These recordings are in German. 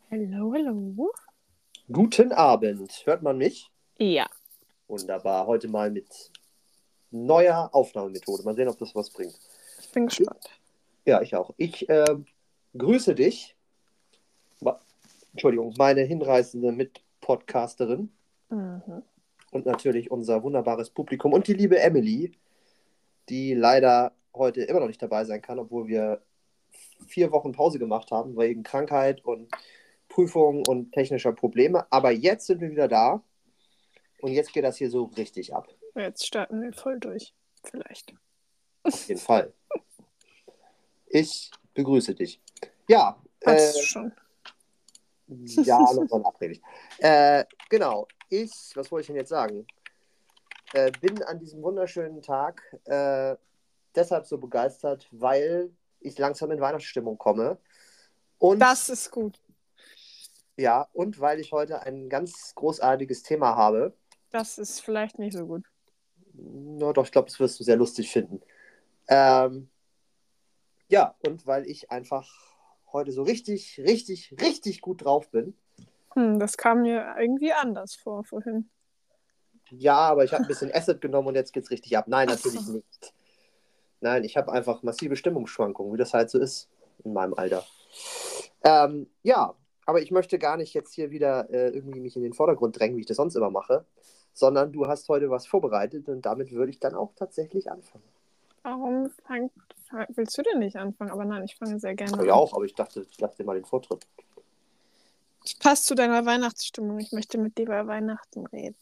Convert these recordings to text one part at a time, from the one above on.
Hallo, hallo. Guten Abend. Hört man mich? Ja, Wunderbar. Heute mal mit neuer Aufnahmemethode. Mal sehen, ob das was bringt. ich bin gespannt. Ja, ich auch. Ich grüße dich. Entschuldigung, meine hinreißende Mitpodcasterin Mhm. und natürlich unser wunderbares Publikum und die liebe Emily, die leider heute immer noch nicht dabei sein kann, obwohl wir 4 Wochen Pause gemacht haben, wegen Krankheit und Prüfungen und technischer Probleme. Aber jetzt sind wir wieder da und jetzt geht das hier so richtig ab. Jetzt starten wir voll durch. Vielleicht. Auf jeden Fall. Ich begrüße dich. Ja, Hast du schon. ja, nochmal nachträglich. Genau, was wollte ich denn jetzt sagen? Bin an diesem wunderschönen Tag deshalb so begeistert, weil ich langsam in Weihnachtsstimmung komme. Und Das ist gut. ja, und weil ich heute ein ganz großartiges Thema habe. Das ist vielleicht nicht so gut. Na doch, ich glaube, das wirst du sehr lustig finden. Ähm, ja, und weil ich einfach heute so richtig, richtig, richtig gut drauf bin. Das kam mir irgendwie anders vor vorhin. Ja, aber ich habe ein bisschen Acid genommen und jetzt geht's richtig ab. Nein, Ach natürlich so. nicht. Nein, ich habe einfach massive Stimmungsschwankungen, wie das halt so ist in meinem Alter. Ja, aber ich möchte gar nicht jetzt hier wieder irgendwie mich in den Vordergrund drängen, wie ich das sonst immer mache, sondern du hast heute was vorbereitet und damit würde ich dann auch tatsächlich anfangen. Warum willst du denn nicht anfangen? Aber nein, ich fange sehr gerne Ja, an. auch, aber ich dachte, ich lasse dir mal den Vortritt. Es passt zu deiner Weihnachtsstimmung. Ich möchte mit dir über Weihnachten reden.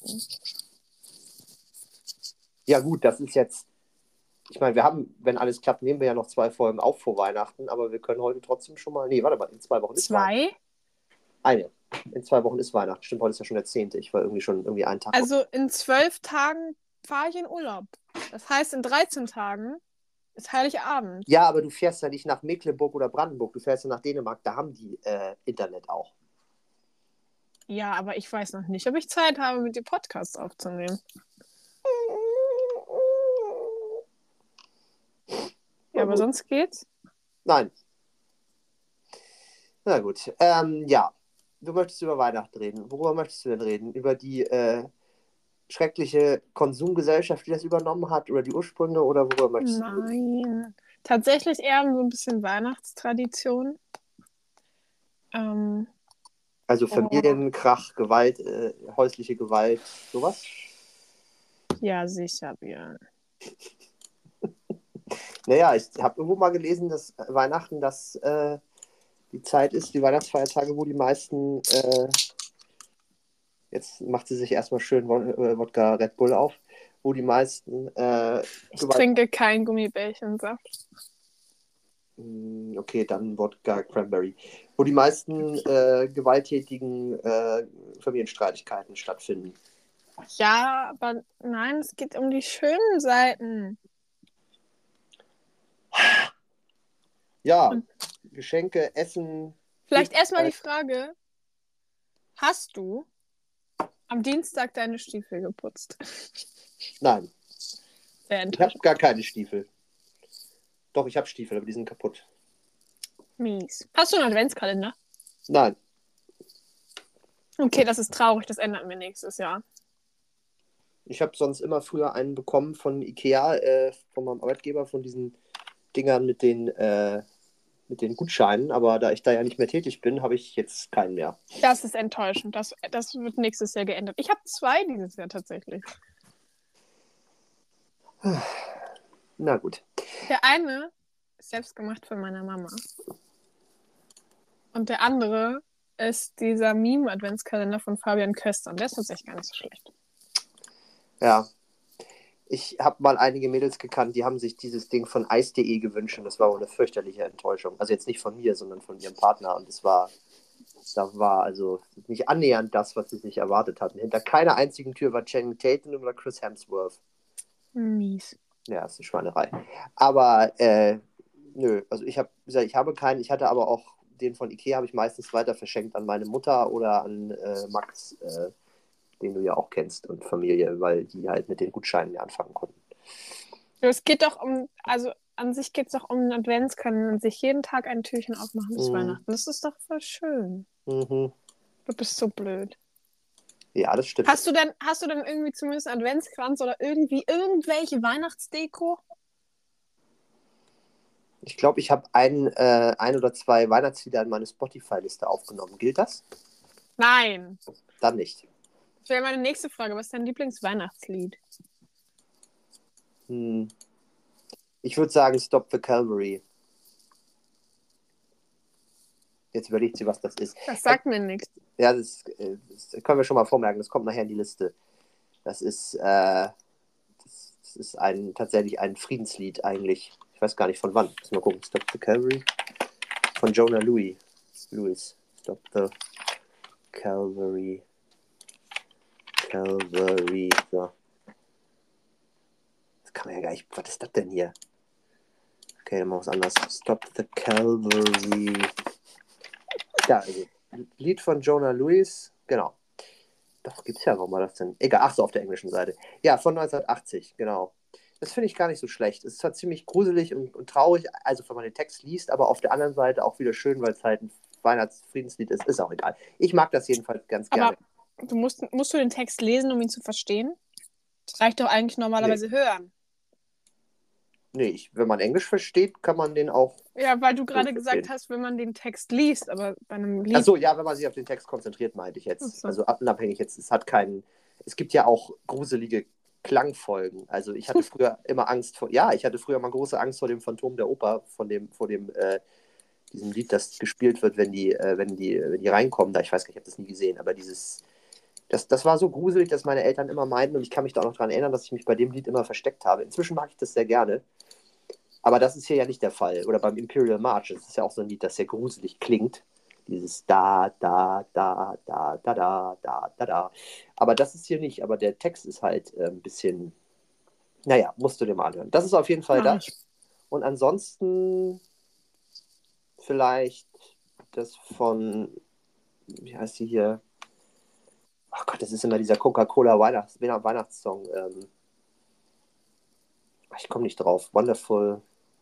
Ja, gut, das ist jetzt. Ich meine, wir haben, wenn alles klappt, nehmen wir ja noch 2 Folgen auf vor Weihnachten, aber wir können heute trotzdem schon mal. Nee, warte mal, in 2 Wochen ist Weihnachten. 2? Eine. In 2 Wochen ist Weihnachten. Stimmt, heute ist ja schon der 10. Ich war irgendwie schon einen Tag. Also in 12 Tagen fahre ich in Urlaub. Das heißt, in 13 Tagen ist Heiligabend. Ja, aber du fährst ja nicht nach Mecklenburg oder Brandenburg, du fährst ja nach Dänemark, da haben die Internet auch. Ja, aber ich weiß noch nicht, ob ich Zeit habe, mit dir Podcasts aufzunehmen. Ja, aber sonst geht's. Nein. Na gut. Ja, du möchtest über Weihnachten reden. Worüber möchtest du denn reden? Über die schreckliche Konsumgesellschaft, die das übernommen hat, oder die Ursprünge, oder worüber möchtest du reden? Nein. Tatsächlich eher so ein bisschen Weihnachtstradition. Ähm, Also oh, Familienkrach, Gewalt, häusliche Gewalt, sowas? ja, sicher, Björn. Naja, ich habe irgendwo mal gelesen, dass Weihnachten die Zeit ist, die Weihnachtsfeiertage, wo die meisten jetzt macht sie sich erstmal schön Wodka Red Bull auf, wo die meisten Ich trinke kein Gummibärchensaft. Okay, dann Wodka Cranberry. Wo die meisten gewalttätigen Familienstreitigkeiten stattfinden. Ja, aber nein, es geht um die schönen Seiten. Ja, Und Geschenke, Essen, vielleicht erstmal die Süßigkeit. Frage: Hast du am Dienstag deine Stiefel geputzt? Nein, Sehr ich habe enttäuschend. gar keine Stiefel. Doch, ich habe Stiefel, aber die sind kaputt. Mies. Hast du einen Adventskalender? Nein, Okay, das ist traurig, das ändern wir nächstes Jahr. ich habe sonst immer früher einen bekommen von Ikea, von meinem Arbeitgeber, von diesen Dingern mit den Gutscheinen, aber da ich da ja nicht mehr tätig bin, habe ich jetzt keinen mehr. Das ist enttäuschend. Das wird nächstes Jahr geändert. Ich habe 2 dieses Jahr tatsächlich. Na gut. Der eine ist selbst gemacht von meiner Mama. Und der andere ist dieser Meme-Adventskalender von Fabian Köster. Und der ist tatsächlich gar nicht so schlecht. Ja, ich habe mal einige Mädels gekannt, die haben sich dieses Ding von Eis.de gewünscht und das war wohl eine fürchterliche Enttäuschung. Also jetzt nicht von mir, sondern von ihrem Partner. Und da war also nicht annähernd das, was sie sich erwartet hatten. Hinter keiner einzigen Tür war Channing Tatum oder Chris Hemsworth. Mies. Ja, ist eine Schweinerei. Aber nö, also ich habe keinen, ich hatte aber auch den von Ikea habe ich meistens weiter verschenkt an meine Mutter oder an Max, den du ja auch kennst und Familie, weil die halt mit den Gutscheinen ja anfangen konnten. Es geht doch um, also an sich geht es doch um den Adventskalender und sich jeden Tag ein Türchen aufmachen bis Mhm. Weihnachten. Das ist doch voll schön. Mhm. Du bist so blöd. Ja, das stimmt. Hast du denn irgendwie zumindest einen Adventskranz oder irgendwie irgendwelche Weihnachtsdeko? Ich glaube, ich habe ein oder zwei Weihnachtslieder in meine Spotify-Liste aufgenommen. Gilt das? Nein. Dann nicht. Das wäre meine nächste Frage. Was ist dein Lieblingsweihnachtslied? Ich würde sagen Stop the Calvary. Jetzt überlegt sie, was das ist. Das sagt mir nichts. Ja, das können wir schon mal vormerken. Das kommt nachher in die Liste. Das ist, tatsächlich ein Friedenslied eigentlich. Ich weiß gar nicht von wann. Muss mal gucken. Stop the Calvary. Von Jonah Lewis. Stop the Calvary. So. Das kann man ja gar nicht. Was ist das denn hier? Okay, dann machen wir es anders. Stop the Calvary. Ja, also Lied von Jonah Lewis. Genau. Doch, gibt's ja, warum war das denn? Egal, ach so, auf der englischen Seite. Ja, von 1980, genau. Das finde ich gar nicht so schlecht. Es ist zwar ziemlich gruselig und traurig, also wenn man den Text liest, aber auf der anderen Seite auch wieder schön, weil es halt ein Weihnachtsfriedenslied ist. Ist auch egal. Ich mag das jedenfalls ganz gerne. Aber musst du den Text lesen, um ihn zu verstehen? Das reicht doch eigentlich normalerweise hören. Nee, wenn man Englisch versteht, kann man den auch. Ja, weil du gerade gesagt hast, wenn man den Text liest, aber bei einem Lied. Achso, ja, wenn man sich auf den Text konzentriert, meinte ich jetzt. So. Also unabhängig jetzt, es gibt ja auch gruselige Klangfolgen. Also ich hatte früher immer Angst vor, ich hatte früher mal große Angst vor dem Phantom der Oper, diesem Lied, das gespielt wird, wenn die reinkommen. Ich weiß gar nicht, ich habe das nie gesehen, aber das war so gruselig, dass meine Eltern immer meinten, und ich kann mich da auch noch daran erinnern, dass ich mich bei dem Lied immer versteckt habe. Inzwischen mag ich das sehr gerne. Aber das ist hier ja nicht der Fall. Oder beim Imperial March, das ist ja auch so ein Lied, das sehr gruselig klingt. Dieses da, da, da, da, da, da, da, da, da. Aber das ist hier nicht. Aber der Text ist halt ein bisschen, naja, musst du dir mal anhören. Das ist auf jeden Fall das. Und ansonsten vielleicht das von, wie heißt die hier? Ach Gott, das ist immer dieser Coca-Cola Weihnachtssong. Ich komme nicht drauf. Wonderful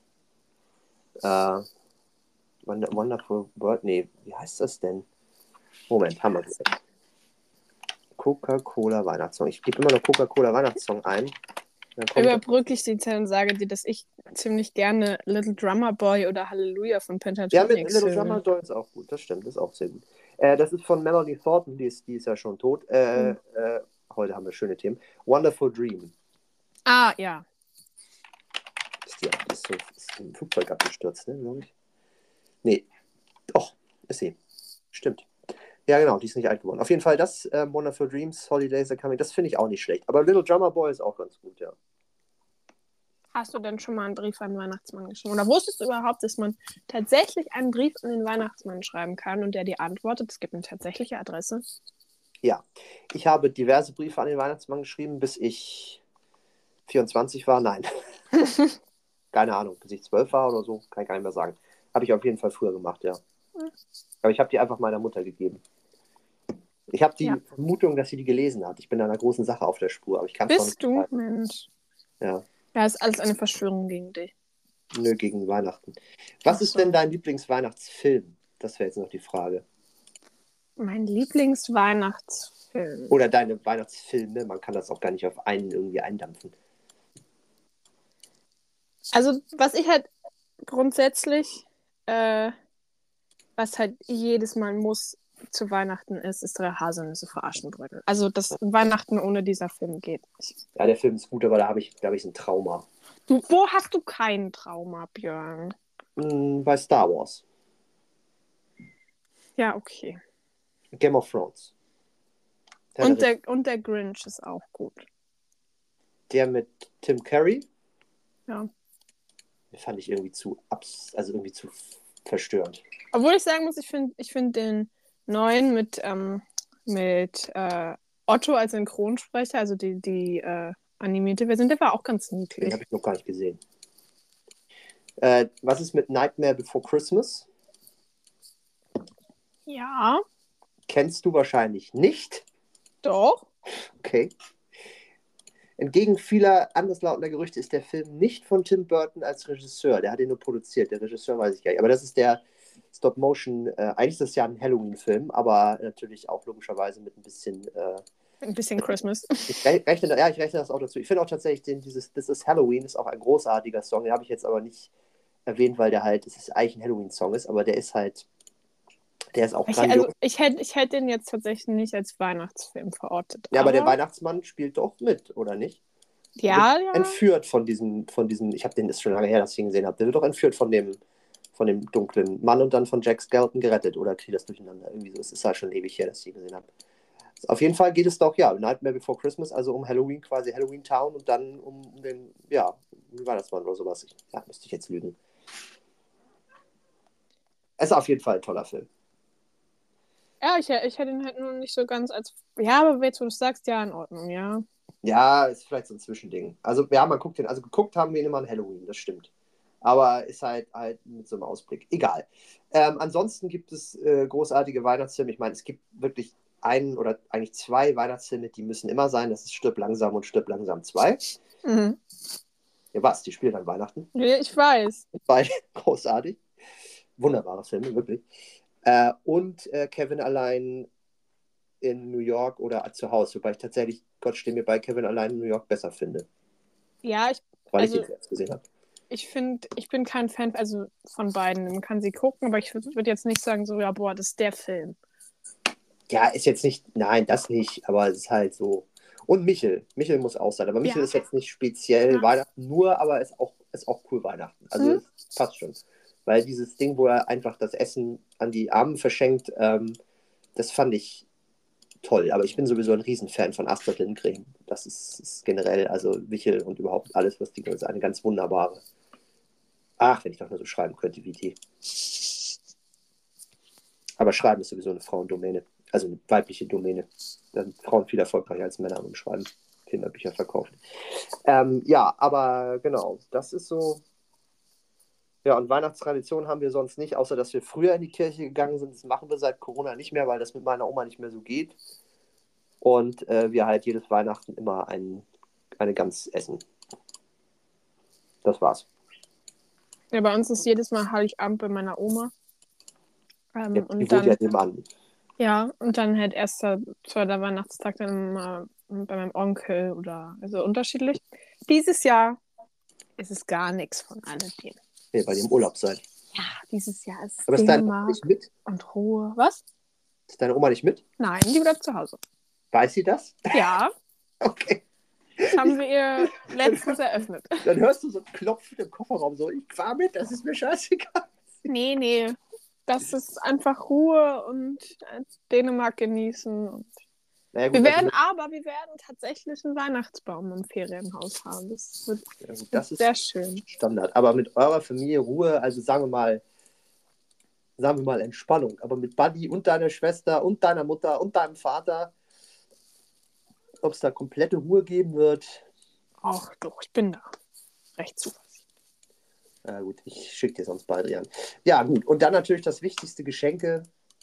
World. Nee, wie heißt das denn? Moment, haben wir das. Coca-Cola Weihnachtssong. Ich gebe immer noch Coca-Cola Weihnachtssong ein. Überbrücke ich die Zeit und sage dir, dass ich ziemlich gerne Little Drummer Boy oder Halleluja von Pentatonix Ja, mit Little Drummer Boy ist auch gut. Das stimmt, das ist auch sehr gut. Das ist von Melanie Thornton, die ist ja schon tot. Heute haben wir schöne Themen. Wonderful Dream. Ah, ja. Ist ein Flugzeug abgestürzt, ne, glaube ich. Nee. Doch, ist sie. Stimmt. Ja, genau, die ist nicht alt geworden. Auf jeden Fall das Wonderful Dreams, Holidays Are Coming, das finde ich auch nicht schlecht. Aber Little Drummer Boy ist auch ganz gut, ja. Hast du denn schon mal einen Brief an den Weihnachtsmann geschrieben? Oder wusstest du überhaupt, dass man tatsächlich einen Brief an den Weihnachtsmann schreiben kann und der dir antwortet? Es gibt eine tatsächliche Adresse. Ja, ich habe diverse Briefe an den Weihnachtsmann geschrieben, bis ich 24 war. Nein. Keine Ahnung, bis ich 12 war oder so, kann ich gar nicht mehr sagen. Habe ich auf jeden Fall früher gemacht, ja. Aber ich habe die einfach meiner Mutter gegeben. Ich habe die Vermutung, dass sie die gelesen hat. Ich bin einer großen Sache auf der Spur, aber ich kann es Bist du? Mensch. Ja. Ja, ist alles eine Verschwörung gegen dich. Nö, gegen Weihnachten. Was ist denn dein Lieblingsweihnachtsfilm? Das wäre jetzt noch die Frage. Mein Lieblingsweihnachtsfilm. Oder deine Weihnachtsfilme. Man kann das auch gar nicht auf einen irgendwie eindampfen. Also, was ich halt grundsätzlich, was halt jedes Mal muss zu Weihnachten ist Drei Haselnüsse für Aschenbrödel. Also, das Weihnachten ohne dieser Film geht nicht. Ja, der Film ist gut, aber da habe ich, glaube ich, ein Trauma. Wo hast du kein Trauma, Björn? Bei Star Wars. Ja, okay. Game of Thrones. Und der Grinch ist auch gut. Der mit Tim Curry? Ja. Den fand ich irgendwie zu verstörend. Obwohl ich sagen muss, ich find den neuen mit Otto als Synchronsprecher, also die animierte Version, der war auch ganz niedlich. Den habe ich noch gar nicht gesehen. Was ist mit Nightmare Before Christmas? Ja. Kennst du wahrscheinlich nicht. Doch. Okay. Entgegen vieler anderslautender Gerüchte ist der Film nicht von Tim Burton als Regisseur. Der hat ihn nur produziert. Der Regisseur weiß ich gar nicht. Aber das ist der Stop-Motion. Eigentlich ist das ja ein Halloween-Film, aber natürlich auch logischerweise mit ein bisschen. Ein bisschen Christmas. Ich rechne das auch dazu. Ich finde auch tatsächlich, This is Halloween ist auch ein großartiger Song. Den habe ich jetzt aber nicht erwähnt, weil es ist eigentlich ein Halloween-Song ist, aber der ist auch grandios. Ich hätte den jetzt tatsächlich nicht als Weihnachtsfilm verortet. Ja, aber der Weihnachtsmann spielt doch mit, oder nicht? Ja, ja. Entführt von diesem, ich habe den, ist schon lange her, dass ich ihn gesehen habe. Der wird doch entführt von dem dunklen Mann und dann von Jack Skellton gerettet, oder kriege ich das durcheinander? Irgendwie so. Es ist halt schon ewig her, dass ich ihn gesehen habe. Auf jeden Fall geht es doch, ja, Nightmare Before Christmas, also um Halloween, quasi Halloween Town und dann um den, ja, wie Weihnachtsmann oder sowas. Müsste ich jetzt lügen. Es ist auf jeden Fall ein toller Film. Ja, ich hätte ihn halt nur nicht so ganz als. Ja, aber jetzt, wo du sagst, ja, in Ordnung, ja. Ja, ist vielleicht so ein Zwischending. Also, ja, man guckt den, also geguckt haben wir ihn immer an Halloween, das stimmt. Aber ist halt mit so einem Ausblick. Egal. Ansonsten gibt es großartige Weihnachtsfilme. Ich meine, es gibt wirklich einen oder eigentlich zwei Weihnachtsfilme, die müssen immer sein. Das ist Stirb langsam und Stirb langsam 2. Mhm. Ja, was? Die spielen an Weihnachten. Ja, ich weiß. Beide großartig. Wunderbare Filme, wirklich. Und Kevin allein in New York oder zu Hause, wobei ich tatsächlich, Gott stehe mir bei, Kevin allein in New York besser finde. Ja, weil ich ihn selbst gesehen habe. Ich bin kein Fan von beiden. Man kann sie gucken, aber ich würde jetzt nicht sagen, so, ja, boah, das ist der Film. Ja, ist jetzt nicht, nein, das nicht, aber es ist halt so. Und Michel muss auch sein, aber Michel ist jetzt nicht speziell Weihnachten nur, aber ist auch cool Weihnachten. Also es passt schon. Weil dieses Ding, wo er einfach das Essen an die Armen verschenkt, das fand ich toll. Aber ich bin sowieso ein Riesenfan von Astrid Lindgren. Das ist generell, also Michel und überhaupt alles, was die ist eine ganz wunderbare. Ach, wenn ich doch nur so schreiben könnte wie die. Aber Schreiben ist sowieso eine Frauendomäne. Also eine weibliche Domäne. Da sind Frauen viel erfolgreicher als Männer im Schreiben. Kinderbücher verkaufen. Ja, aber genau, das ist so. Ja, und Weihnachtstradition haben wir sonst nicht, außer dass wir früher in die Kirche gegangen sind. Das machen wir seit Corona nicht mehr, weil das mit meiner Oma nicht mehr so geht. Und wir halt jedes Weihnachten immer eine Gans essen. Das war's. Ja, bei uns ist jedes Mal Heiligabend bei meiner Oma. Ja, die wohnt ja nebenan. Ja, und dann halt erster, zweiter Weihnachtstag dann mal bei meinem Onkel oder also unterschiedlich. Dieses Jahr ist es gar nichts von alledem. Nee, bei dem Urlaub sein. Ja, dieses Jahr ist es aber ist deine Oma nicht mit? Und Ruhe. Was? Ist deine Oma nicht mit? Nein, die bleibt zu Hause. Weiß sie das? Ja. Okay. Das haben wir ihr letztens eröffnet. Dann hörst du so einen Klopfen im Kofferraum, so, ich fahr mit, das ist mir scheißegal. Nee. Das ist einfach Ruhe und Dänemark genießen. Und naja, gut, wir werden tatsächlich einen Weihnachtsbaum im Ferienhaus haben. Das wird sehr schön. Standard. Aber mit eurer Familie Ruhe, also sagen wir mal Entspannung. Aber mit Buddy und deiner Schwester und deiner Mutter und deinem Vater, ob es da komplette Ruhe geben wird. Ach doch, ich bin da recht zuversichtlich. Ja gut, ich schicke dir sonst beide an. Ja gut, und dann natürlich das wichtigste Geschenke.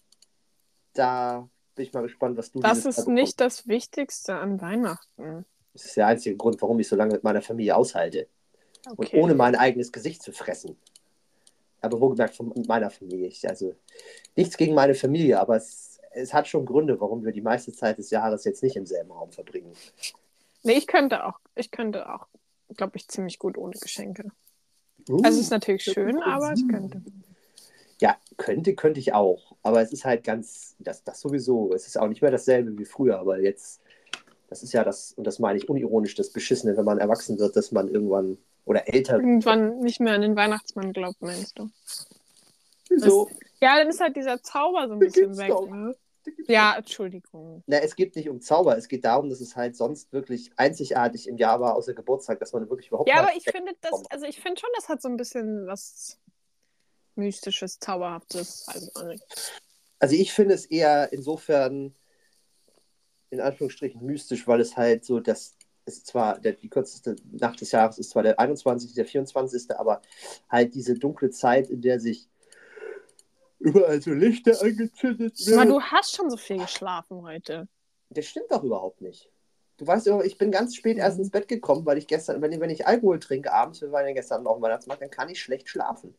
Da bin ich mal gespannt, was du Das ist nicht das Wichtigste an Weihnachten. Das ist der einzige Grund, warum ich so lange mit meiner Familie aushalte. Okay. Und ohne mein eigenes Gesicht zu fressen. Aber wohlgemerkt von meiner Familie. Also nichts gegen meine Familie, aber es hat schon Gründe, warum wir die meiste Zeit des Jahres jetzt nicht im selben Raum verbringen. Nee, ich könnte auch, glaube ich, ziemlich gut ohne Geschenke. Also es ist natürlich schön, aber ich könnte. Ja, könnte ich auch. Aber es ist halt das sowieso. Es ist auch nicht mehr dasselbe wie früher, aber jetzt, das ist ja und das meine ich unironisch, das Beschissene, wenn man erwachsen wird, dass man irgendwann oder älter irgendwann nicht mehr an den Weihnachtsmann glaubt, meinst du? Wieso? Ja, dann ist halt dieser Zauber so ein bisschen weg. Ne? Ja, Entschuldigung. Na, es geht nicht um Zauber, es geht darum, dass es halt sonst wirklich einzigartig im Jahr war, außer Geburtstag, dass man wirklich überhaupt. Ja, aber ich finde schon, das hat so ein bisschen was Mystisches, Zauberhaftes. Also ich finde es eher insofern in Anführungsstrichen mystisch, weil es halt so, das ist zwar die kürzeste Nacht des Jahres, ist zwar der 21., der 24., aber halt diese dunkle Zeit, in der sich überall so Lichter angezündet werden. Aber du hast schon so viel geschlafen heute. Das stimmt doch überhaupt nicht. Du weißt ja, ich bin ganz spät erst ins Bett gekommen, weil ich gestern, wenn ich Alkohol trinke abends, wir waren ja gestern auf dem Weihnachtsmarkt, dann kann ich schlecht schlafen.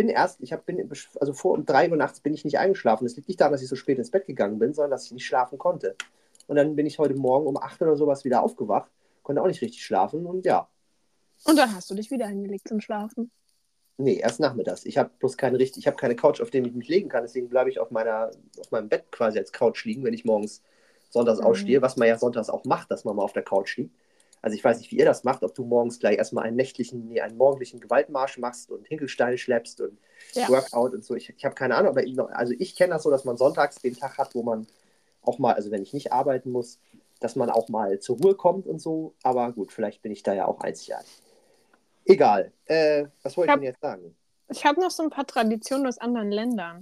Also vor um 3 Uhr nachts bin ich nicht eingeschlafen. Das liegt nicht daran, dass ich so spät ins Bett gegangen bin, sondern dass ich nicht schlafen konnte. Und dann bin ich heute Morgen um 8 oder sowas wieder aufgewacht, konnte auch nicht richtig schlafen und ja. Und dann hast du dich wieder hingelegt zum Schlafen. Nee, erst nachmittags. Ich habe bloß ich habe keine Couch, auf der ich mich legen kann, deswegen bleibe ich auf meinem Bett quasi als Couch liegen, wenn ich morgens sonntags ausstehe, was man ja sonntags auch macht, dass man mal auf der Couch liegt. Also ich weiß nicht, wie ihr das macht, ob du morgens gleich erstmal einen morgendlichen Gewaltmarsch machst und Hinkelsteine schleppst und Workout und so. Ich habe keine Ahnung, aber also ich kenne das so, dass man sonntags den Tag hat, wo man auch mal, also wenn ich nicht arbeiten muss, dass man auch mal zur Ruhe kommt und so. Aber gut, vielleicht bin ich da ja auch einzigartig. Egal. Was wollte ich denn jetzt sagen? Ich habe noch so ein paar Traditionen aus anderen Ländern.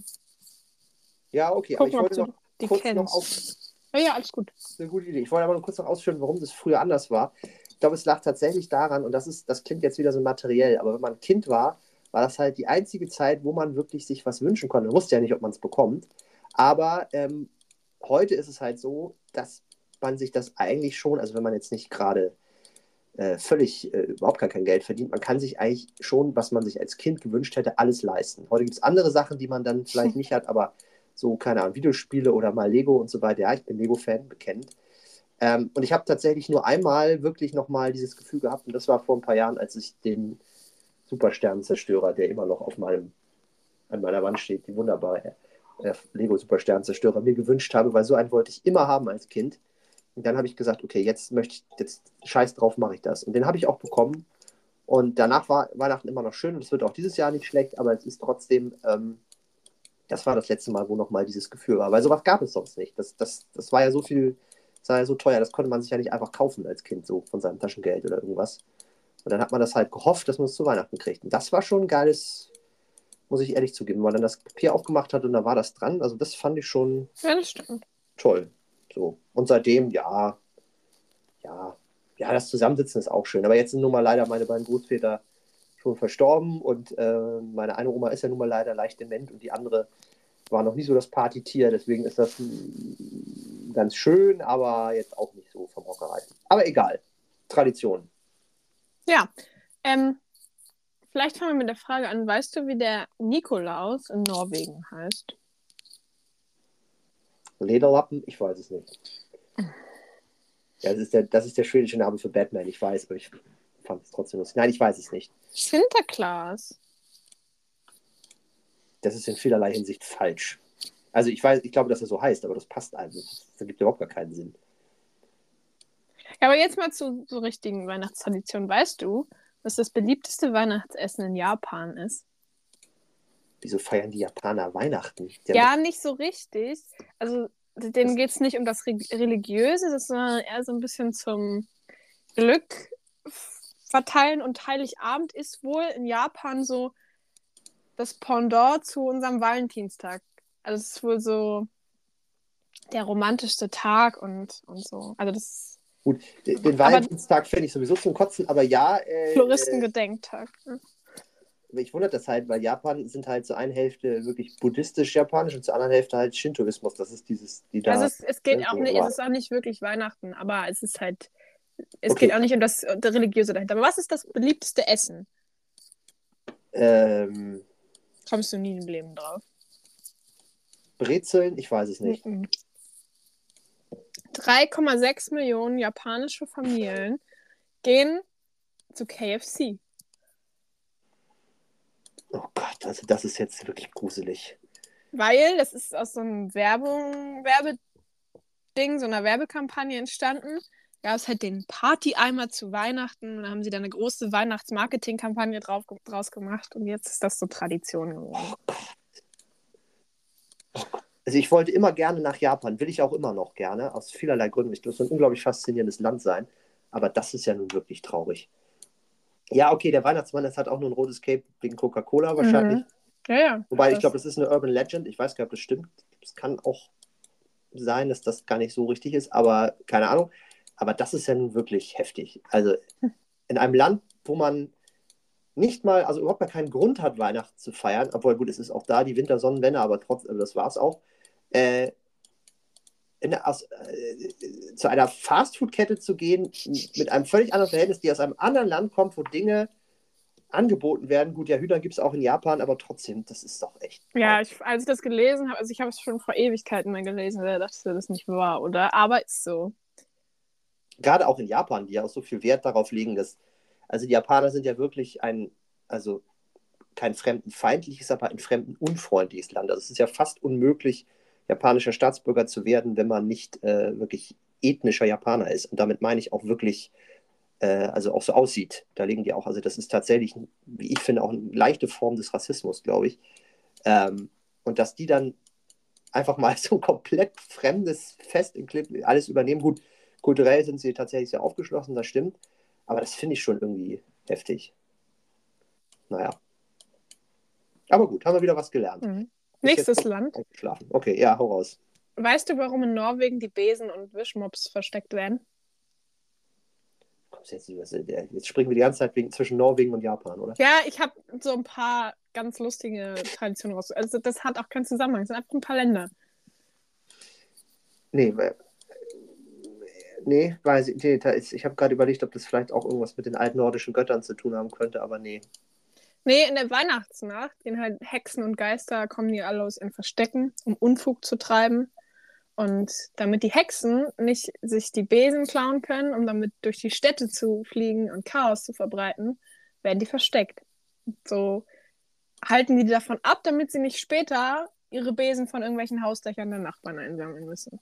Ja, okay, Gucken, aber ich wollte ob du noch die kurz kennst. Ja, alles gut. eine gute Idee. Ich wollte aber noch kurz ausführen, warum das früher anders war. Ich glaube, es lag tatsächlich daran, und das klingt jetzt wieder so materiell, aber wenn man Kind war, war das halt die einzige Zeit, wo man wirklich sich was wünschen konnte. Man wusste ja nicht, ob man es bekommt. Aber heute ist es halt so, dass man sich das eigentlich schon, also wenn man jetzt nicht gerade überhaupt gar kein Geld verdient, man kann sich eigentlich schon, was man sich als Kind gewünscht hätte, alles leisten. Heute gibt es andere Sachen, die man dann vielleicht nicht hat, aber so, keine Ahnung, Videospiele oder mal Lego und so weiter. Ja, ich bin Lego-Fan, bekennt. Und ich habe tatsächlich nur einmal wirklich nochmal dieses Gefühl gehabt, und das war vor ein paar Jahren, als ich den Supersternenzerstörer, der immer noch an meiner Wand steht, die wunderbare Lego-Supersternenzerstörer, mir gewünscht habe, weil so einen wollte ich immer haben als Kind. Und dann habe ich gesagt, okay, jetzt scheiß drauf, mache ich das. Und den habe ich auch bekommen. Und danach war Weihnachten immer noch schön und es wird auch dieses Jahr nicht schlecht, aber es ist trotzdem, das war das letzte Mal, wo nochmal dieses Gefühl war. Weil sowas gab es sonst nicht. Das war ja so viel, das war ja so teuer, das konnte man sich ja nicht einfach kaufen als Kind, so von seinem Taschengeld oder irgendwas. Und dann hat man das halt gehofft, dass man es zu Weihnachten kriegt. Und das war schon ein geiles, muss ich ehrlich zugeben, weil dann das Papier aufgemacht hat und da war das dran. Also das fand ich schon das stimmt. toll. So. Und seitdem, ja, das Zusammensitzen ist auch schön. Aber jetzt sind nun mal leider meine beiden Großväter schon verstorben und meine eine Oma ist ja nun mal leider leicht dement und die andere war noch nicht so das Partytier. Deswegen ist das ganz schön, aber jetzt auch nicht so vom Hocker reißen. Aber egal. Tradition. Ja. Vielleicht fangen wir mit der Frage an, weißt du, wie der Nikolaus in Norwegen heißt? Lederlappen? Ich weiß es nicht. Ja, das ist der schwedische Name für Batman, ich weiß, aber ich fand es trotzdem lustig. Nein, ich weiß es nicht. Sinterklaas. Das ist in vielerlei Hinsicht falsch. Also ich glaube, dass er so heißt, aber das passt einfach. Das ergibt überhaupt gar keinen Sinn. Ja, aber jetzt mal zu so richtigen Weihnachtstraditionen. Weißt du, was das beliebteste Weihnachtsessen in Japan ist? Wieso feiern die Japaner Weihnachten? Ja, nicht so richtig. Also denen geht es nicht um das Religiöse, sondern eher so ein bisschen zum Glück verteilen. Und Heiligabend ist wohl in Japan so das Pendant zu unserem Valentinstag. Also es ist wohl so der romantischste Tag und so. Also das Gut, den Valentinstag fände ich sowieso zum Kotzen, aber ja. Floristengedenktag. Ich wundert das halt, weil Japan sind halt zur einen Hälfte wirklich buddhistisch-japanisch und zur anderen Hälfte halt Shintoismus. Das ist Also es geht auch nicht, es ist auch nicht wirklich Weihnachten, aber es ist halt, es geht auch nicht um das Religiöse dahinter. Aber was ist das beliebteste Essen? Kommst du nie im Leben drauf? Brezeln? Ich weiß es nicht. 3,6 Millionen japanische Familien gehen zu KFC. Oh Gott, also das ist jetzt wirklich gruselig. Weil das ist aus so einem Werbeding, so einer Werbekampagne entstanden. Da gab es halt den Party-Eimer zu Weihnachten und da haben sie dann eine große Weihnachtsmarketing-Kampagne draus gemacht und jetzt ist das so Tradition geworden. Also ich wollte immer gerne nach Japan, will ich auch immer noch gerne, aus vielerlei Gründen. Ich glaube, es soll ein unglaublich faszinierendes Land sein, aber das ist ja nun wirklich traurig. Ja, okay, der Weihnachtsmann, das hat auch nur ein rotes Cape wegen Coca-Cola wahrscheinlich. Ja. Wobei, ich glaube, das ist eine Urban Legend. Ich weiß gar nicht, ob das stimmt. Es kann auch sein, dass das gar nicht so richtig ist, aber keine Ahnung. Aber das ist ja nun wirklich heftig. Also in einem Land, wo man nicht mal, also überhaupt mal keinen Grund hat, Weihnachten zu feiern, obwohl gut, es ist auch da die Wintersonnenwende, aber trotzdem, das war es auch. zu einer Fastfood-Kette zu gehen, mit einem völlig anderen Verhältnis, die aus einem anderen Land kommt, wo Dinge angeboten werden. Gut, ja, Hühner gibt es auch in Japan, aber trotzdem, das ist doch echt. Ja, als ich das gelesen habe, also ich habe es schon vor Ewigkeiten mal gelesen, da dachte ich, das ist nicht wahr, oder? Aber ist so. Gerade auch in Japan, die ja auch so viel Wert darauf legen, dass, also die Japaner sind ja wirklich also kein fremdenfeindliches, aber ein fremdenunfreundliches Land. Also es ist ja fast unmöglich, japanischer Staatsbürger zu werden, wenn man nicht wirklich ethnischer Japaner ist. Und damit meine ich auch wirklich, also auch so aussieht. Da legen die auch, also das ist tatsächlich, wie ich finde, auch eine leichte Form des Rassismus, glaube ich. Und dass die dann einfach mal so ein komplett fremdes Fest in Klipp alles übernehmen. Gut, kulturell sind sie tatsächlich sehr aufgeschlossen, das stimmt. Aber das finde ich schon irgendwie heftig. Naja. Aber gut, haben wir wieder was gelernt. Mhm. Nächstes Land. Schlafen. Okay, ja, hau raus. Weißt du, warum in Norwegen die Besen und Wischmops versteckt werden? Jetzt springen wir die ganze Zeit zwischen Norwegen und Japan, oder? Ja, ich habe so ein paar ganz lustige Traditionen raus. Also das hat auch keinen Zusammenhang. Es sind einfach ein paar Länder. Nee, weiß ich. Nee, ich habe gerade überlegt, ob das vielleicht auch irgendwas mit den alten nordischen Göttern zu tun haben könnte, aber nee. Nee, in der Weihnachtsnacht gehen halt Hexen und Geister, kommen die alle aus ihren Verstecken, um Unfug zu treiben. Und damit die Hexen nicht sich die Besen klauen können, um damit durch die Städte zu fliegen und Chaos zu verbreiten, werden die versteckt. So halten die davon ab, damit sie nicht später ihre Besen von irgendwelchen Hausdächern der Nachbarn einsammeln müssen.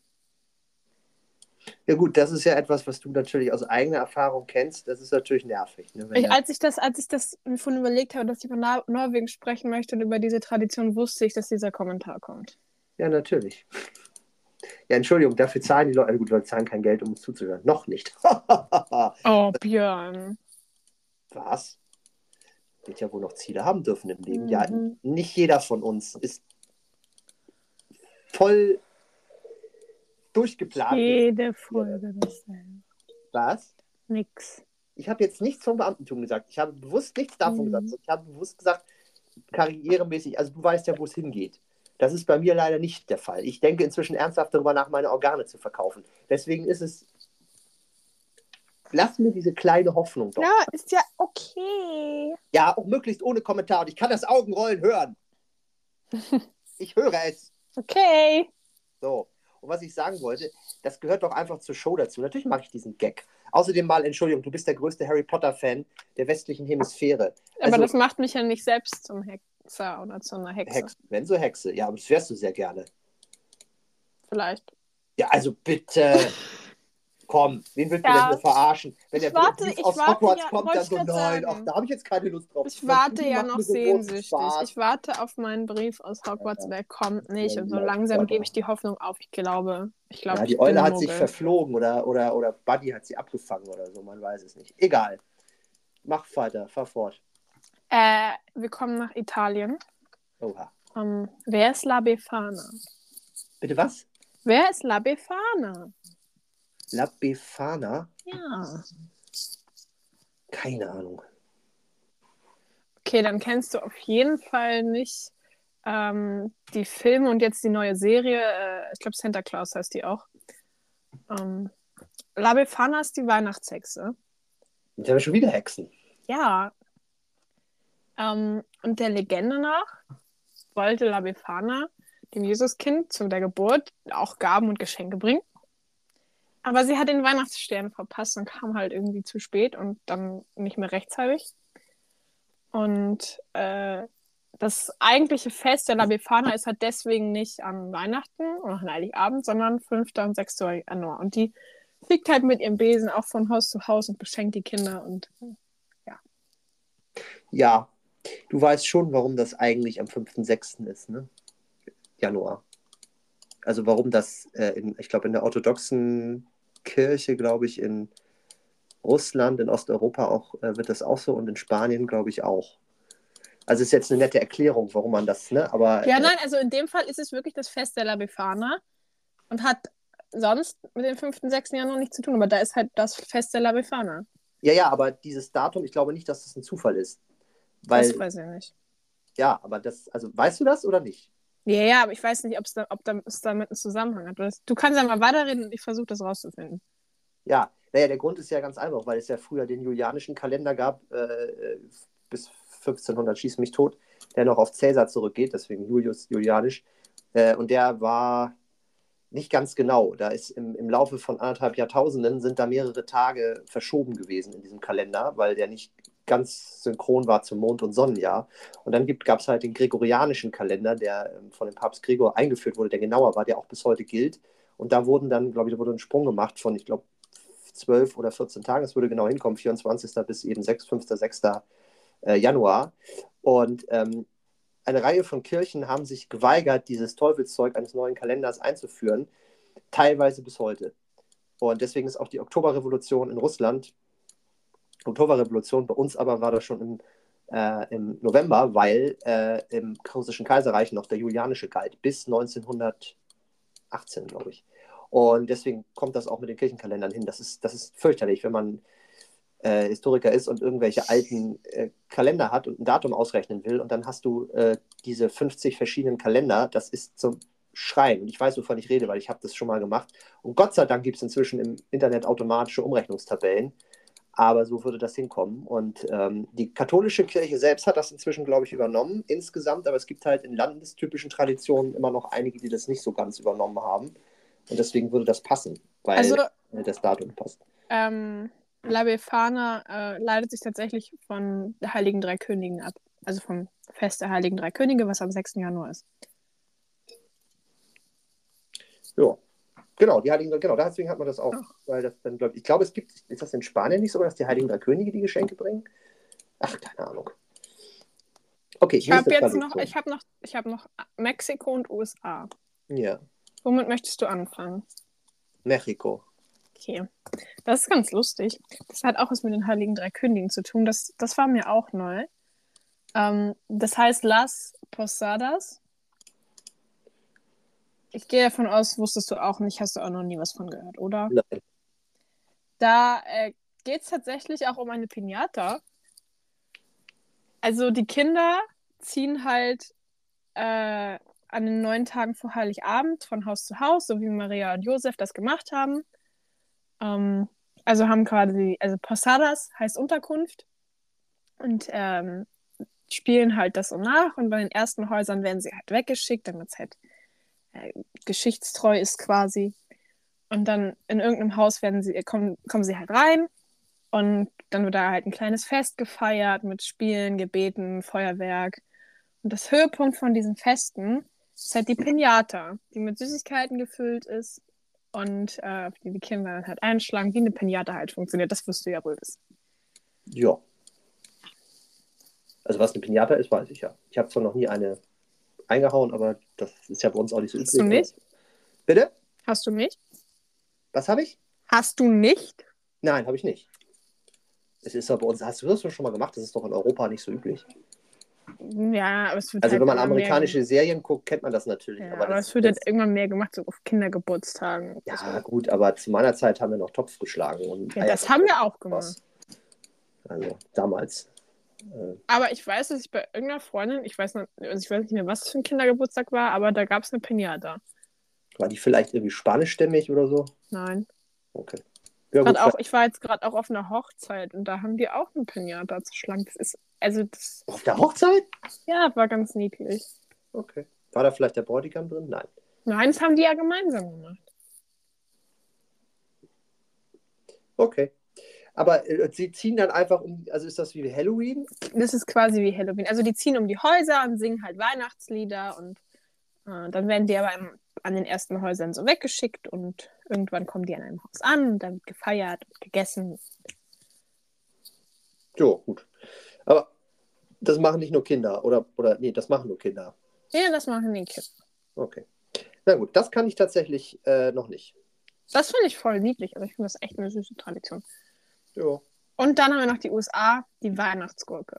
Ja gut, das ist ja etwas, was du natürlich aus eigener Erfahrung kennst. Das ist natürlich nervig. Ne? Als ich das von überlegt habe, dass ich über Norwegen sprechen möchte und über diese Tradition, wusste ich, dass dieser Kommentar kommt. Ja, natürlich. Ja, Entschuldigung, dafür zahlen die Leute, also gut, Leute zahlen kein Geld, um uns zuzuhören. Noch nicht. Oh, Björn. Was? Wird ja wohl noch Ziele haben dürfen im Leben. Mhm. Ja, nicht jeder von uns ist voll durchgeplant. Jede Folge dasselbe. Was? Nix. Ich habe jetzt nichts vom Beamtentum gesagt. Ich habe bewusst nichts davon gesagt. Ich habe bewusst gesagt, karrieremäßig, also du weißt ja, wo es hingeht. Das ist bei mir leider nicht der Fall. Ich denke inzwischen ernsthaft darüber nach, meine Organe zu verkaufen. Deswegen ist es. Lass mir diese kleine Hoffnung doch. Ja, ist ja okay. Ja, auch möglichst ohne Kommentar. Und ich kann das Augenrollen hören. Ich höre es. Okay. So. Und was ich sagen wollte, das gehört doch einfach zur Show dazu. Natürlich mag ich diesen Gag. Außerdem mal, Entschuldigung, du bist der größte Harry Potter-Fan der westlichen Hemisphäre. Aber Also, das macht mich ja nicht selbst zum Hexer oder zu einer Hexe. Wenn so Hexe. Ja, aber das wärst du sehr gerne. Vielleicht. Ja, also bitte. Komm, wen willst du denn hier verarschen? Wenn der Brief aus Hogwarts kommt, dann so, nein, ach, da habe ich jetzt keine Lust drauf. Ich warte ja noch sehnsüchtig. Ich warte auf meinen Brief aus Hogwarts, wer kommt nicht. Und so langsam gebe ich die Hoffnung auf. Ich glaube, ja, die Eule hat sich verflogen oder Buddy hat sie abgefangen oder so, man weiß es nicht. Egal. Mach weiter, fahr fort. Wir kommen nach Italien. Oha. Wer ist La Befana? Bitte was? Wer ist La Befana? La Befana? Ja. Keine Ahnung. Okay, dann kennst du auf jeden Fall nicht die Filme und jetzt die neue Serie. Ich glaube, Santa Claus heißt die auch. La Befana ist die Weihnachtshexe. Jetzt haben wir schon wieder Hexen. Ja. Und der Legende nach wollte La Befana dem Jesuskind zu der Geburt auch Gaben und Geschenke bringen. Aber sie hat den Weihnachtsstern verpasst und kam halt irgendwie zu spät und dann nicht mehr rechtzeitig. Und das eigentliche Fest der La Befana ist halt deswegen nicht an Weihnachten oder an Heiligabend, sondern 5. und 6. Januar. Und die fliegt halt mit ihrem Besen auch von Haus zu Haus und beschenkt die Kinder und ja. Ja, du weißt schon, warum das eigentlich am 5.6. ist, ne? Januar. Also warum das, ich glaube, in der orthodoxen Kirche, glaube ich, in Russland, in Osteuropa auch, wird das auch so und in Spanien, glaube ich, auch. Also ist jetzt eine nette Erklärung, warum man das, ne? Aber, ja, nein, also in dem Fall ist es wirklich das Fest der La Befana und hat sonst mit dem 5. 6. Januar nichts zu tun, aber da ist halt das Fest der La Befana. Ja, aber dieses Datum, ich glaube nicht, dass das ein Zufall ist. Weil, das weiß ich nicht. Ja, aber das, also weißt du das oder nicht? Ja, aber ich weiß nicht, ob es damit einen Zusammenhang hat. Du kannst ja mal weiterreden und ich versuche das rauszufinden. Ja, naja, der Grund ist ja ganz einfach, weil es ja früher den julianischen Kalender gab, bis 1500 schieß mich tot, der noch auf Cäsar zurückgeht, deswegen Julianisch. Und der war nicht ganz genau. Da ist im Laufe von 1,5 Jahrtausenden sind da mehrere Tage verschoben gewesen in diesem Kalender, weil der nicht ganz synchron war zum Mond- und Sonnenjahr. Und dann gab es halt den gregorianischen Kalender, der von dem Papst Gregor eingeführt wurde, der genauer war, der auch bis heute gilt. Und da wurden dann, glaube ich, da wurde ein Sprung gemacht von, ich glaube, 12 oder 14 Tagen. Es würde genau hinkommen, 24. bis eben 6, 5., 6. Januar. Und eine Reihe von Kirchen haben sich geweigert, dieses Teufelszeug eines neuen Kalenders einzuführen, teilweise bis heute. Und deswegen ist auch die Oktoberrevolution in Russland, Oktoberrevolution, bei uns aber war das schon im November, weil im russischen Kaiserreich noch der Julianische galt, bis 1918, glaube ich. Und deswegen kommt das auch mit den Kirchenkalendern hin. Das ist fürchterlich, wenn man Historiker ist und irgendwelche alten Kalender hat und ein Datum ausrechnen will und dann hast du diese 50 verschiedenen Kalender, das ist zum Schreien. Und ich weiß, wovon ich rede, weil ich habe das schon mal gemacht. Und Gott sei Dank gibt es inzwischen im Internet automatische Umrechnungstabellen, aber so würde das hinkommen. Und die katholische Kirche selbst hat das inzwischen, glaube ich, übernommen insgesamt, aber es gibt halt in landestypischen Traditionen immer noch einige, die das nicht so ganz übernommen haben. Und deswegen würde das passen, weil Also, das Datum passt. La Befana leitet sich tatsächlich von der Heiligen Drei Königen ab. Also vom Fest der Heiligen Drei Könige, was am 6. Januar ist. Ja, genau, genau, deswegen hat man das auch. Ach. Weil das dann, ich glaube, ist das in Spanien nicht so, dass die Heiligen Drei Könige die Geschenke bringen? Ach, keine Ahnung. Okay, Ich habe nächste jetzt noch, Tradition. ich habe noch Mexiko und USA. Ja, Womit möchtest du anfangen? Mexiko. Okay. Das ist ganz lustig. Das hat auch was mit den Heiligen Drei Königen zu tun. Das war mir auch neu. Das heißt Las Posadas. Ich gehe davon aus, wusstest du auch nicht, hast du auch noch nie was von gehört, oder? Nein. Da geht es tatsächlich auch um eine Piñata. Also die Kinder ziehen halt an den 9 Tagen vor Heiligabend von Haus zu Haus, so wie Maria und Josef das gemacht haben. Also haben quasi, also Posadas heißt Unterkunft und spielen halt das so nach und bei den ersten Häusern werden sie halt weggeschickt, damit es halt geschichtstreu ist quasi. Und dann in irgendeinem Haus kommen sie halt rein und dann wird da halt ein kleines Fest gefeiert mit Spielen, Gebeten, Feuerwerk. Und das Höhepunkt von diesen Festen ist halt die Piñata, die mit Süßigkeiten gefüllt ist und die Kinder dann halt einschlagen, wie eine Piñata halt funktioniert. Das wirst du ja wohl wissen. Ja. Also was eine Piñata ist, weiß ich ja. Ich habe zwar noch nie eine eingehauen, aber das ist ja bei uns auch nicht so üblich. Hast du nicht? Bitte? Hast du nicht? Was habe ich? Hast du nicht? Nein, habe ich nicht. Es ist aber bei uns, hast du das schon mal gemacht? Das ist doch in Europa nicht so üblich. Ja, aber es wird Also halt wenn man immer amerikanische Serien guckt, kennt man das natürlich. ja, Aber aber das es wird halt irgendwann mehr gemacht, so auf Kindergeburtstagen. ja, gut, aber zu meiner Zeit haben wir noch Topf geschlagen und Ja, Eier das haben wir auch was. gemacht. Also damals. Aber ich weiß, dass ich bei irgendeiner Freundin, also ich weiß nicht mehr, was es für ein Kindergeburtstag war, aber da gab es eine Piñata. War die vielleicht irgendwie spanischstämmig oder so? Nein. Okay. Ja, gut, Ich war jetzt gerade auch auf einer Hochzeit und da haben die auch eine Piñata zerschlagen. auf der Hochzeit? Ja, war ganz niedlich. Okay. War da vielleicht der Bräutigam drin? Nein. Nein, das haben die ja gemeinsam gemacht. Okay. Aber sie ziehen dann einfach also ist das wie Halloween? Das ist quasi wie Halloween. Also die ziehen um die Häuser und singen halt Weihnachtslieder und dann werden die aber an den ersten Häusern so weggeschickt und irgendwann kommen die an einem Haus an und dann wird gefeiert und gegessen. Jo, gut. Aber das machen nicht nur Kinder, oder nee, das machen nur Kinder. Ja, das machen die Kinder. Okay. Na gut, das kann ich tatsächlich noch nicht. Das finde ich voll niedlich. Also ich finde das echt eine süße Tradition. Jo. Und dann haben wir noch die USA, die Weihnachtsgurke.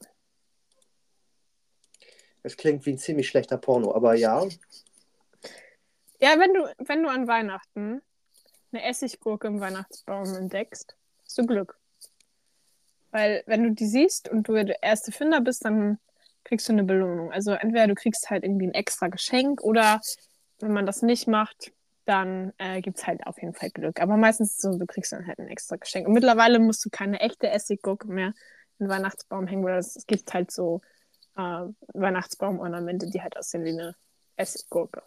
Das klingt wie ein ziemlich schlechter Porno, aber ja. Ja, wenn du an Weihnachten eine Essiggurke im Weihnachtsbaum entdeckst, hast du Glück. Weil wenn du die siehst und du der erste Finder bist, dann kriegst du eine Belohnung. Also entweder du kriegst halt irgendwie ein extra Geschenk oder wenn man das nicht macht, dann gibt es halt auf jeden Fall Glück. Aber meistens ist es so, du kriegst dann halt ein extra Geschenk. Und mittlerweile musst du keine echte Essiggurke mehr in den Weihnachtsbaum hängen, weil es gibt halt so Weihnachtsbaumornamente, die halt aussehen wie eine Essiggurke.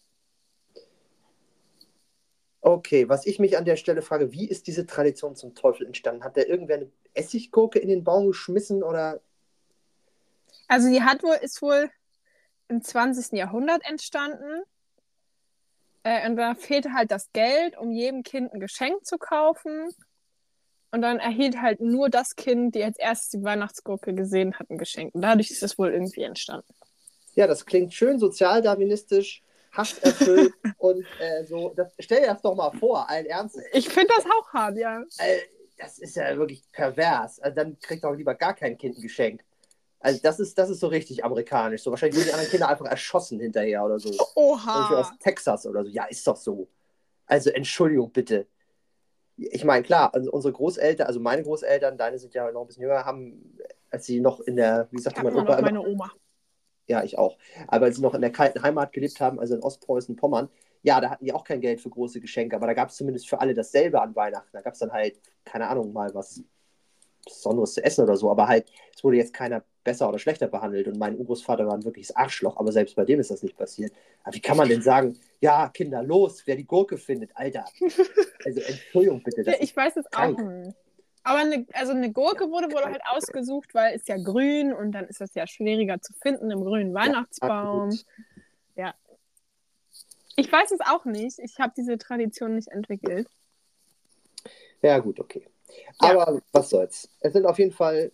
Okay, was ich mich an der Stelle frage, wie ist diese Tradition zum Teufel entstanden? Hat da irgendwer eine Essiggurke in den Baum geschmissen oder? Also ist wohl im 20. Jahrhundert entstanden. Und da fehlte halt das Geld, um jedem Kind ein Geschenk zu kaufen. Und dann erhielt halt nur das Kind, die als erstes die Weihnachtsgurke gesehen hat, ein Geschenk. Und dadurch ist es wohl irgendwie entstanden. Ja, das klingt schön sozialdarwinistisch, hasserfüllt und so. Stell dir das doch mal vor, allen Ernstes. Ich finde das auch hart, ja. Das ist ja wirklich pervers. Also dann kriegt doch lieber gar kein Kind ein Geschenk. Also das ist so richtig amerikanisch. So wahrscheinlich wurden die anderen Kinder einfach erschossen hinterher oder so. Irgendwie aus Oha. Texas oder so. Ja, ist doch so. Also Entschuldigung bitte. Ich meine, klar, also unsere Großeltern, also meine Großeltern, deine sind ja noch ein bisschen jünger, haben, als sie noch in der, wie Ich sagte habe mein immer Opa noch immer, meine Oma. ja, ich auch, aber als sie noch in der kalten Heimat gelebt haben, also in Ostpreußen-Pommern, ja, da hatten die auch kein Geld für große Geschenke, aber da gab es zumindest für alle dasselbe an Weihnachten. Da gab es dann halt, keine Ahnung, mal was Besonderes zu essen oder so, aber halt, es wurde jetzt keiner besser oder schlechter behandelt und mein Urgroßvater war ein wirkliches Arschloch, aber selbst bei dem ist das nicht passiert. Aber wie kann man denn sagen, ja, Kinder, los, wer die Gurke findet, Alter. Also Entschuldigung bitte, Ja, das ist ich weiß es auch krank. nicht. Aber eine Gurke wurde wohl halt ausgesucht, weil es ja grün und dann ist es ja schwieriger zu finden im grünen Ja, Weihnachtsbaum. absolut. Ja, ich weiß es auch nicht. Ich habe diese Tradition nicht entwickelt. Ja, gut, okay. Ja, Aber was soll's. Es sind auf jeden Fall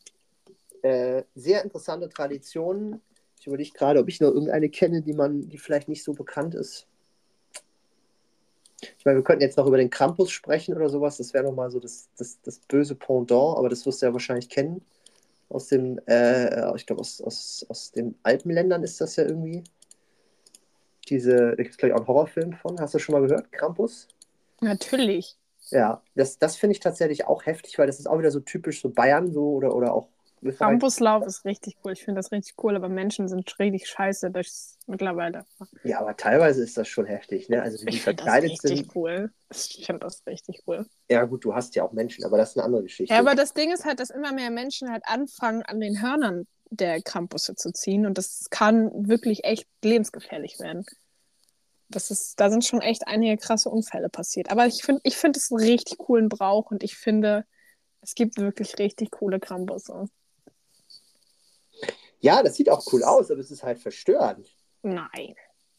sehr interessante Traditionen. Ich überlege gerade, ob ich noch irgendeine kenne, die vielleicht nicht so bekannt ist. Ich meine, wir könnten jetzt noch über den Krampus sprechen oder sowas. Das wäre nochmal so das böse Pendant, aber das wirst du ja wahrscheinlich kennen. Ich glaube, aus den Alpenländern ist das ja irgendwie. Da gibt es gleich auch einen Horrorfilm von. Hast du schon mal gehört? Krampus? natürlich. Ja, das finde ich tatsächlich auch heftig, weil das ist auch wieder so typisch so Bayern so oder auch Österreich. Bambuslauf ist richtig cool. Ich finde das richtig cool, aber Menschen sind richtig scheiße durchs mittlerweile. Ja, aber teilweise ist das schon heftig, ne? Also wie die Ich finde das verkleidet richtig sind. cool. Ich finde das richtig cool. Ja, gut, du hast ja auch Menschen, aber das ist eine andere Ja, Geschichte. aber das Ding ist halt, dass immer mehr Menschen halt anfangen, an den Hörnern der Krampusse zu ziehen und das kann wirklich echt lebensgefährlich werden. Da sind schon echt einige krasse Unfälle passiert. Aber ich finde es einen richtig coolen Brauch und ich finde, es gibt wirklich richtig coole Krampusse. Ja, das sieht auch cool aus, aber es ist halt verstörend. Nein.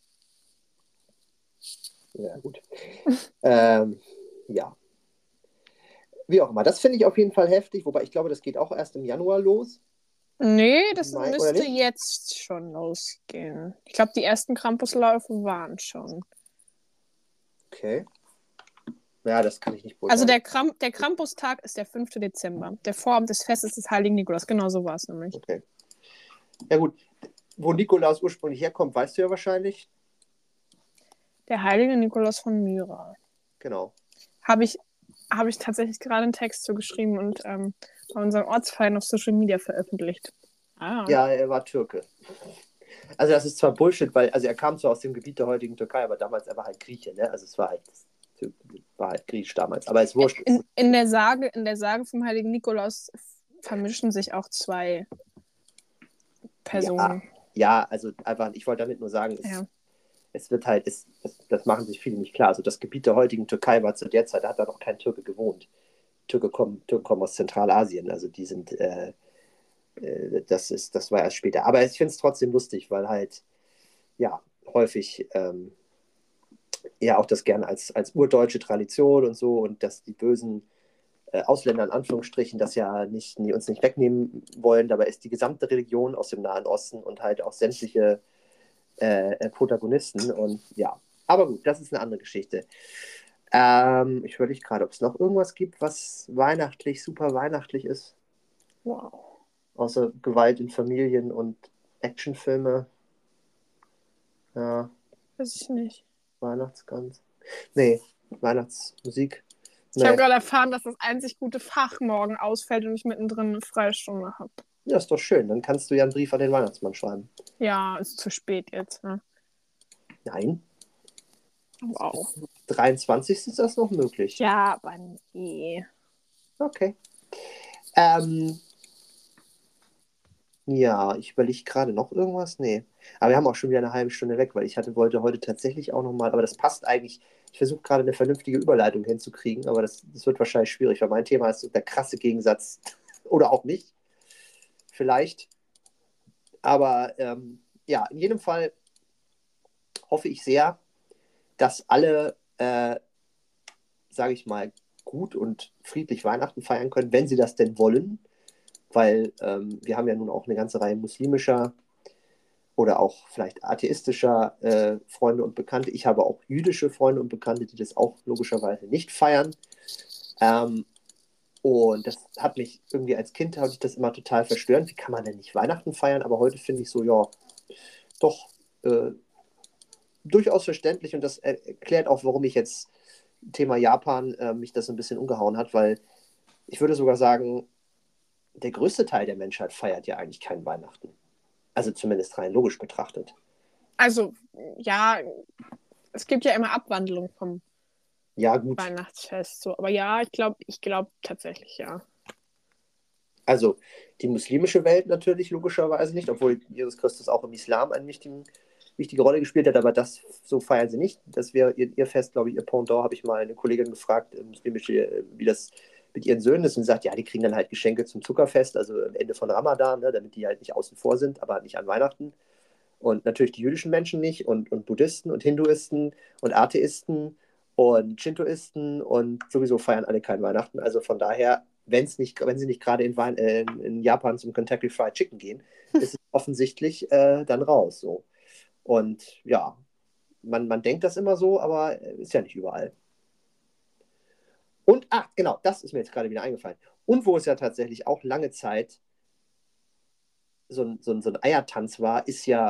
Ja, gut. Ja. Wie auch immer. Das finde ich auf jeden Fall heftig, wobei ich glaube, das geht auch erst im Januar los. Nee, Im das Mai, oder müsste nicht? jetzt schon losgehen. Ich glaube, die ersten Krampusläufe waren schon. Okay. Ja, das kann ich nicht Also beurteilen. Der Krampustag ist der 5. Dezember. Der Vorabend des Festes des Heiligen Nikolaus. Genau so war es nämlich. Okay. Ja, gut. Wo Nikolaus ursprünglich herkommt, weißt du ja wahrscheinlich. Der Heilige Nikolaus von Myra. Genau. Habe ich tatsächlich gerade einen Text zu geschrieben und bei unseren Ortsverein auf Social Media veröffentlicht. Ah. Ja, er war Türke. Also das ist zwar Bullshit, weil, also er kam zwar aus dem Gebiet der heutigen Türkei, aber damals er war halt Grieche, ne? Also es war halt Griechisch damals. Aber es wurscht. In der Sage vom Heiligen Nikolaus vermischen sich auch zwei Ja, Personen. ja, also einfach, ich wollte damit nur sagen, Ja. es wird halt, das machen sich viele nicht klar. Also das Gebiet der heutigen Türkei war zu der Zeit, da hat da noch kein Türke gewohnt. Türken kommen aus Zentralasien, also die sind, das war erst später. Aber ich finde es trotzdem lustig, weil halt, ja, häufig ja auch das gerne als urdeutsche Tradition und so und dass die bösen Ausländer in Anführungsstrichen das ja uns nicht wegnehmen wollen. Dabei ist die gesamte Religion aus dem Nahen Osten und halt auch sämtliche Protagonisten und ja. Aber gut, das ist eine andere Geschichte. Ich überlege gerade, ob es noch irgendwas gibt, was weihnachtlich, super weihnachtlich ist. Wow. Außer Gewalt in Familien und Actionfilme. Ja, Weiß ich nicht. Weihnachtsgans. Nee, Weihnachtsmusik. Ich habe Nee. gerade erfahren, dass das einzig gute Fach morgen ausfällt und ich mittendrin eine Freistunde habe. Ja, ist doch schön. Dann kannst du ja einen Brief an den Weihnachtsmann schreiben. Ja, ist zu spät jetzt, ne? Nein, Wow. 23. ist das noch möglich. Ja, aber nee. Okay. Ähm, ja, ich überlege gerade noch irgendwas. Nee. Aber wir haben auch schon wieder eine halbe Stunde weg, weil wollte heute tatsächlich auch nochmal, aber das passt eigentlich. Ich versuche gerade eine vernünftige Überleitung hinzukriegen, aber das wird wahrscheinlich schwierig, weil mein Thema ist so der krasse Gegensatz oder auch nicht. Vielleicht. Aber ja, in jedem Fall hoffe ich sehr, dass alle, sage ich mal, gut und friedlich Weihnachten feiern können, wenn sie das denn wollen. Weil wir haben ja nun auch eine ganze Reihe muslimischer oder auch vielleicht atheistischer Freunde und Bekannte. Ich habe auch jüdische Freunde und Bekannte, die das auch logischerweise nicht feiern. Ähm, und das hat mich irgendwie als Kind, habe ich das immer total verstörend. Wie kann man denn nicht Weihnachten feiern? Aber heute finde ich so, ja, doch durchaus verständlich. Und das erklärt auch, warum ich jetzt Thema Japan mich das ein bisschen umgehauen hat, weil ich würde sogar sagen, der größte Teil der Menschheit feiert ja eigentlich kein Weihnachten. Also zumindest rein logisch betrachtet. Also, ja, es gibt ja immer Abwandlungen vom Ja, gut. Weihnachtsfest. So. Aber ja, ich glaube tatsächlich, ja. Also die muslimische Welt natürlich logischerweise nicht, obwohl Jesus Christus auch im Islam eine wichtige Rolle gespielt hat, aber das so feiern sie nicht. Das wäre ihr Fest, glaube ich, ihr Pendant, habe ich mal eine Kollegin gefragt, muslimische, wie das mit ihren Söhnen ist und sie sagt, ja, die kriegen dann halt Geschenke zum Zuckerfest, also am Ende von Ramadan, ne, damit die halt nicht außen vor sind, aber nicht an Weihnachten. Und natürlich die jüdischen Menschen nicht und Buddhisten und Hinduisten und Atheisten und Shintoisten und sowieso feiern alle kein Weihnachten. Also von daher, wenn sie nicht gerade in Japan zum Kentucky Fried Chicken gehen, ist es offensichtlich dann raus. So. Und ja, man denkt das immer so, aber ist ja nicht überall. Und, genau, das ist mir jetzt gerade wieder eingefallen. Und wo es ja tatsächlich auch lange Zeit so ein Eiertanz war,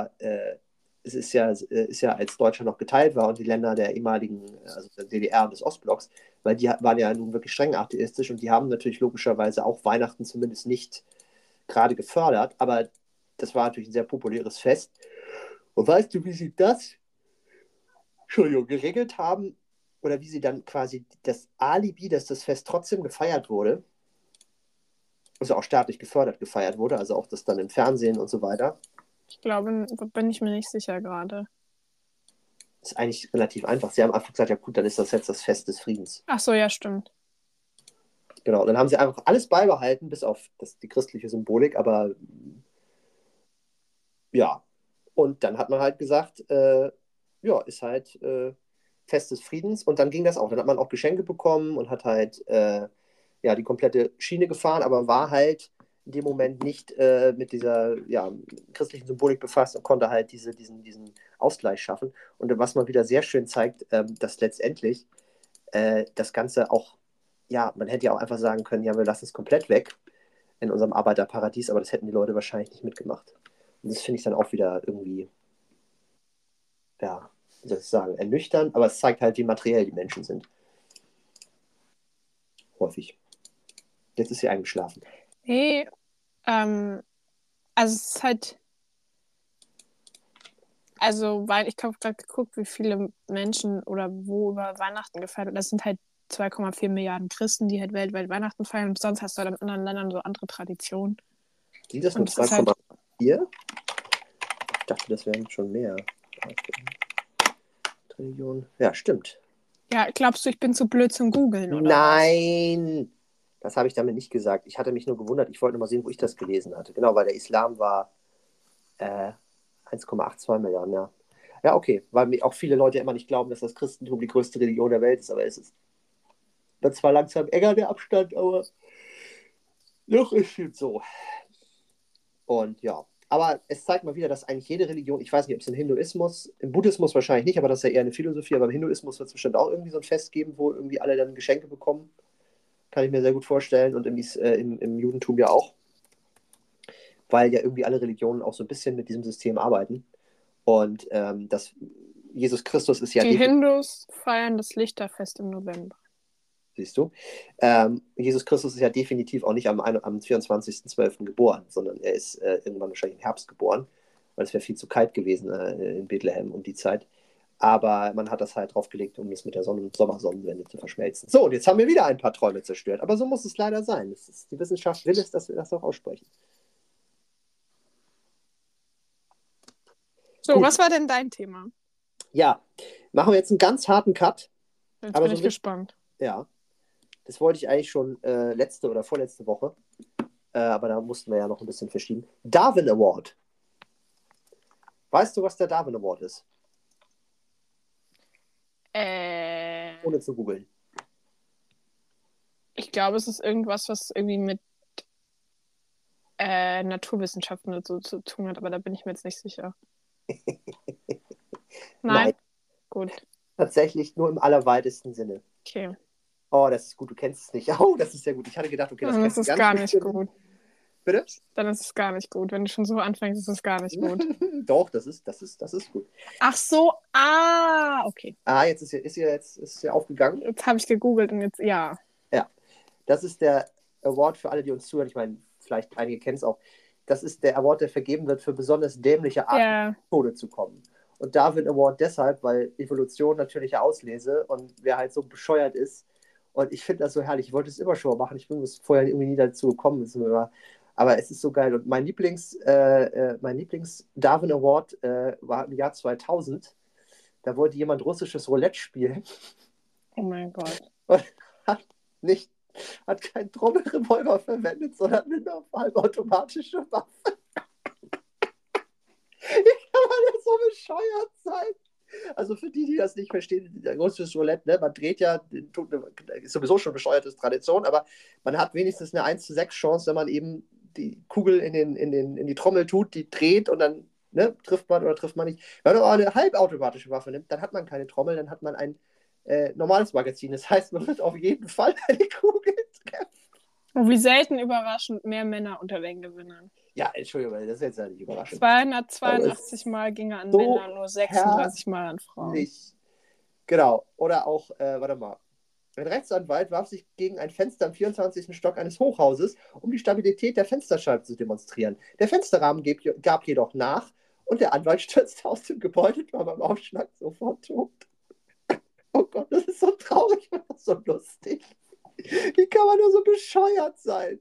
ist ja, als Deutschland noch geteilt war und die Länder der ehemaligen, also der DDR und des Ostblocks, weil die waren ja nun wirklich streng atheistisch und die haben natürlich logischerweise auch Weihnachten zumindest nicht gerade gefördert, aber das war natürlich ein sehr populäres Fest. Und weißt du, wie sie das, Entschuldigung, geregelt haben oder wie sie dann quasi das Alibi, dass das Fest trotzdem gefeiert wurde, also auch staatlich gefördert gefeiert wurde, also auch das dann im Fernsehen und so weiter, Ich glaube, bin ich mir nicht sicher gerade. ist eigentlich relativ einfach. Sie haben einfach gesagt, ja gut, dann ist das jetzt das Fest des Friedens. Ach so, ja, stimmt. Genau, und dann haben sie einfach alles beibehalten, bis auf die christliche Symbolik, aber ja. Und dann hat man halt gesagt, ja, ist halt Fest des Friedens und dann ging das auch. Dann hat man auch Geschenke bekommen und hat halt ja, die komplette Schiene gefahren, aber war halt in dem Moment nicht mit dieser ja, christlichen Symbolik befasst und konnte halt diesen Ausgleich schaffen. Und was man wieder sehr schön zeigt, dass letztendlich das Ganze auch, ja, man hätte ja auch einfach sagen können, ja, wir lassen es komplett weg in unserem Arbeiterparadies, aber das hätten die Leute wahrscheinlich nicht mitgemacht. Und das finde ich dann auch wieder irgendwie, ja, wie soll ich sagen, ernüchternd, aber es zeigt halt, wie materiell die Menschen sind. Häufig. Jetzt ist sie eingeschlafen. Nee, ähm, also es ist halt, also, weil ich habe gerade geguckt, wie viele Menschen oder wo über Weihnachten gefeiert wird. Das sind halt 2,4 Milliarden Christen, die halt weltweit Weihnachten feiern. Und sonst hast du halt in anderen Ländern so andere Traditionen. Sind das nur Und es ist halt, 2,4? Ich dachte, das wären schon mehr. Trillionen. Ja, stimmt. ja, glaubst du, ich bin zu blöd zum Googeln oder was? Nein! Das habe ich damit nicht gesagt. Ich hatte mich nur gewundert. Ich wollte nur mal sehen, wo ich das gelesen hatte. Genau, weil der Islam war 1,82 Milliarden, ja. Ja, okay, weil mir auch viele Leute immer nicht glauben, dass das Christentum die größte Religion der Welt ist, aber es ist wird zwar langsam enger der Abstand, aber noch ist es so. Und ja, aber es zeigt mal wieder, dass eigentlich jede Religion, ich weiß nicht, ob es im Hinduismus, im Buddhismus wahrscheinlich nicht, aber das ist ja eher eine Philosophie, aber im Hinduismus wird es bestimmt auch irgendwie so ein Fest geben, wo irgendwie alle dann Geschenke bekommen. Kann ich mir sehr gut vorstellen. Und im Judentum ja auch, weil ja irgendwie alle Religionen auch so ein bisschen mit diesem System arbeiten. Und Jesus Christus ist ja Die definitiv. Hindus feiern das Lichterfest im November. siehst du. Jesus Christus ist ja definitiv auch nicht am 24.12. geboren, sondern er ist irgendwann wahrscheinlich im Herbst geboren, weil es wäre viel zu kalt gewesen in Bethlehem um die Zeit. Aber man hat das halt draufgelegt, um es mit der Sommersonnenwende zu verschmelzen. So, und jetzt haben wir wieder ein paar Träume zerstört. Aber so muss es leider sein. Die Wissenschaft will es, dass wir das auch aussprechen. So, was war denn dein Thema? Ja, machen wir jetzt einen ganz harten Cut. Jetzt bin ich gespannt. Ja, das wollte ich eigentlich schon letzte oder vorletzte Woche. Aber da mussten wir ja noch ein bisschen verschieben. Darwin Award. Weißt du, was der Darwin Award ist? Ohne zu googeln. Ich glaube, es ist irgendwas, was irgendwie mit Naturwissenschaften oder so zu tun hat, aber da bin ich mir jetzt nicht sicher. Nein? Gut. Tatsächlich nur im allerweitesten Sinne. Okay. Oh, das ist gut, du kennst es nicht. Oh, das ist sehr gut. Ich hatte gedacht, okay, das kennst du ganz gar nicht gut. Bitte? Dann ist es gar nicht gut. Wenn du schon so anfängst, ist es gar nicht gut. Doch, das ist gut. Ach so, okay. Jetzt ist ja aufgegangen. Jetzt habe ich gegoogelt und jetzt, ja. Ja, das ist der Award für alle, die uns zuhören. Ich meine, vielleicht einige kennen es auch. Das ist der Award, der vergeben wird, für besonders dämliche Arten Tode zu kommen. Und Darwin Award deshalb, weil Evolution natürliche Auslese und wer halt so bescheuert ist. Und ich finde das so herrlich. Ich wollte es immer schon machen. Ich bin vorher irgendwie nie dazu gekommen. Aber es ist so geil. Und mein Lieblings-Darwin Award war im Jahr 2000. Da wollte jemand russisches Roulette spielen. Oh mein Gott. Und hat keinen Trommelrevolver verwendet, sondern eine halbautomatische Waffe. Wie kann man denn so bescheuert sein? Also für die das nicht verstehen, russisches Roulette, ne, man dreht ja, ist sowieso schon bescheuerte Tradition, aber man hat wenigstens eine 1:6 Chance, wenn man eben die Kugel in die Trommel tut, die dreht und dann trifft man oder trifft man nicht. Wenn man aber eine halbautomatische Waffe nimmt, dann hat man keine Trommel, dann hat man ein normales Magazin. Das heißt, man wird auf jeden Fall eine Kugel treffen. Und wie selten überraschend mehr Männer unter den Gewinnern. Ja, Entschuldigung, das ist jetzt ja nicht überraschend. 282 Mal ging er an so Männer, nur 36 Mal an Frauen. Genau. Oder auch, warte mal. Ein Rechtsanwalt warf sich gegen ein Fenster im 24. Stock eines Hochhauses, um die Stabilität der Fensterscheibe zu demonstrieren. Der Fensterrahmen gab jedoch nach und der Anwalt stürzte aus dem Gebäude und war beim Aufschlag sofort tot. Oh Gott, das ist so traurig und so lustig. Wie kann man nur so bescheuert sein?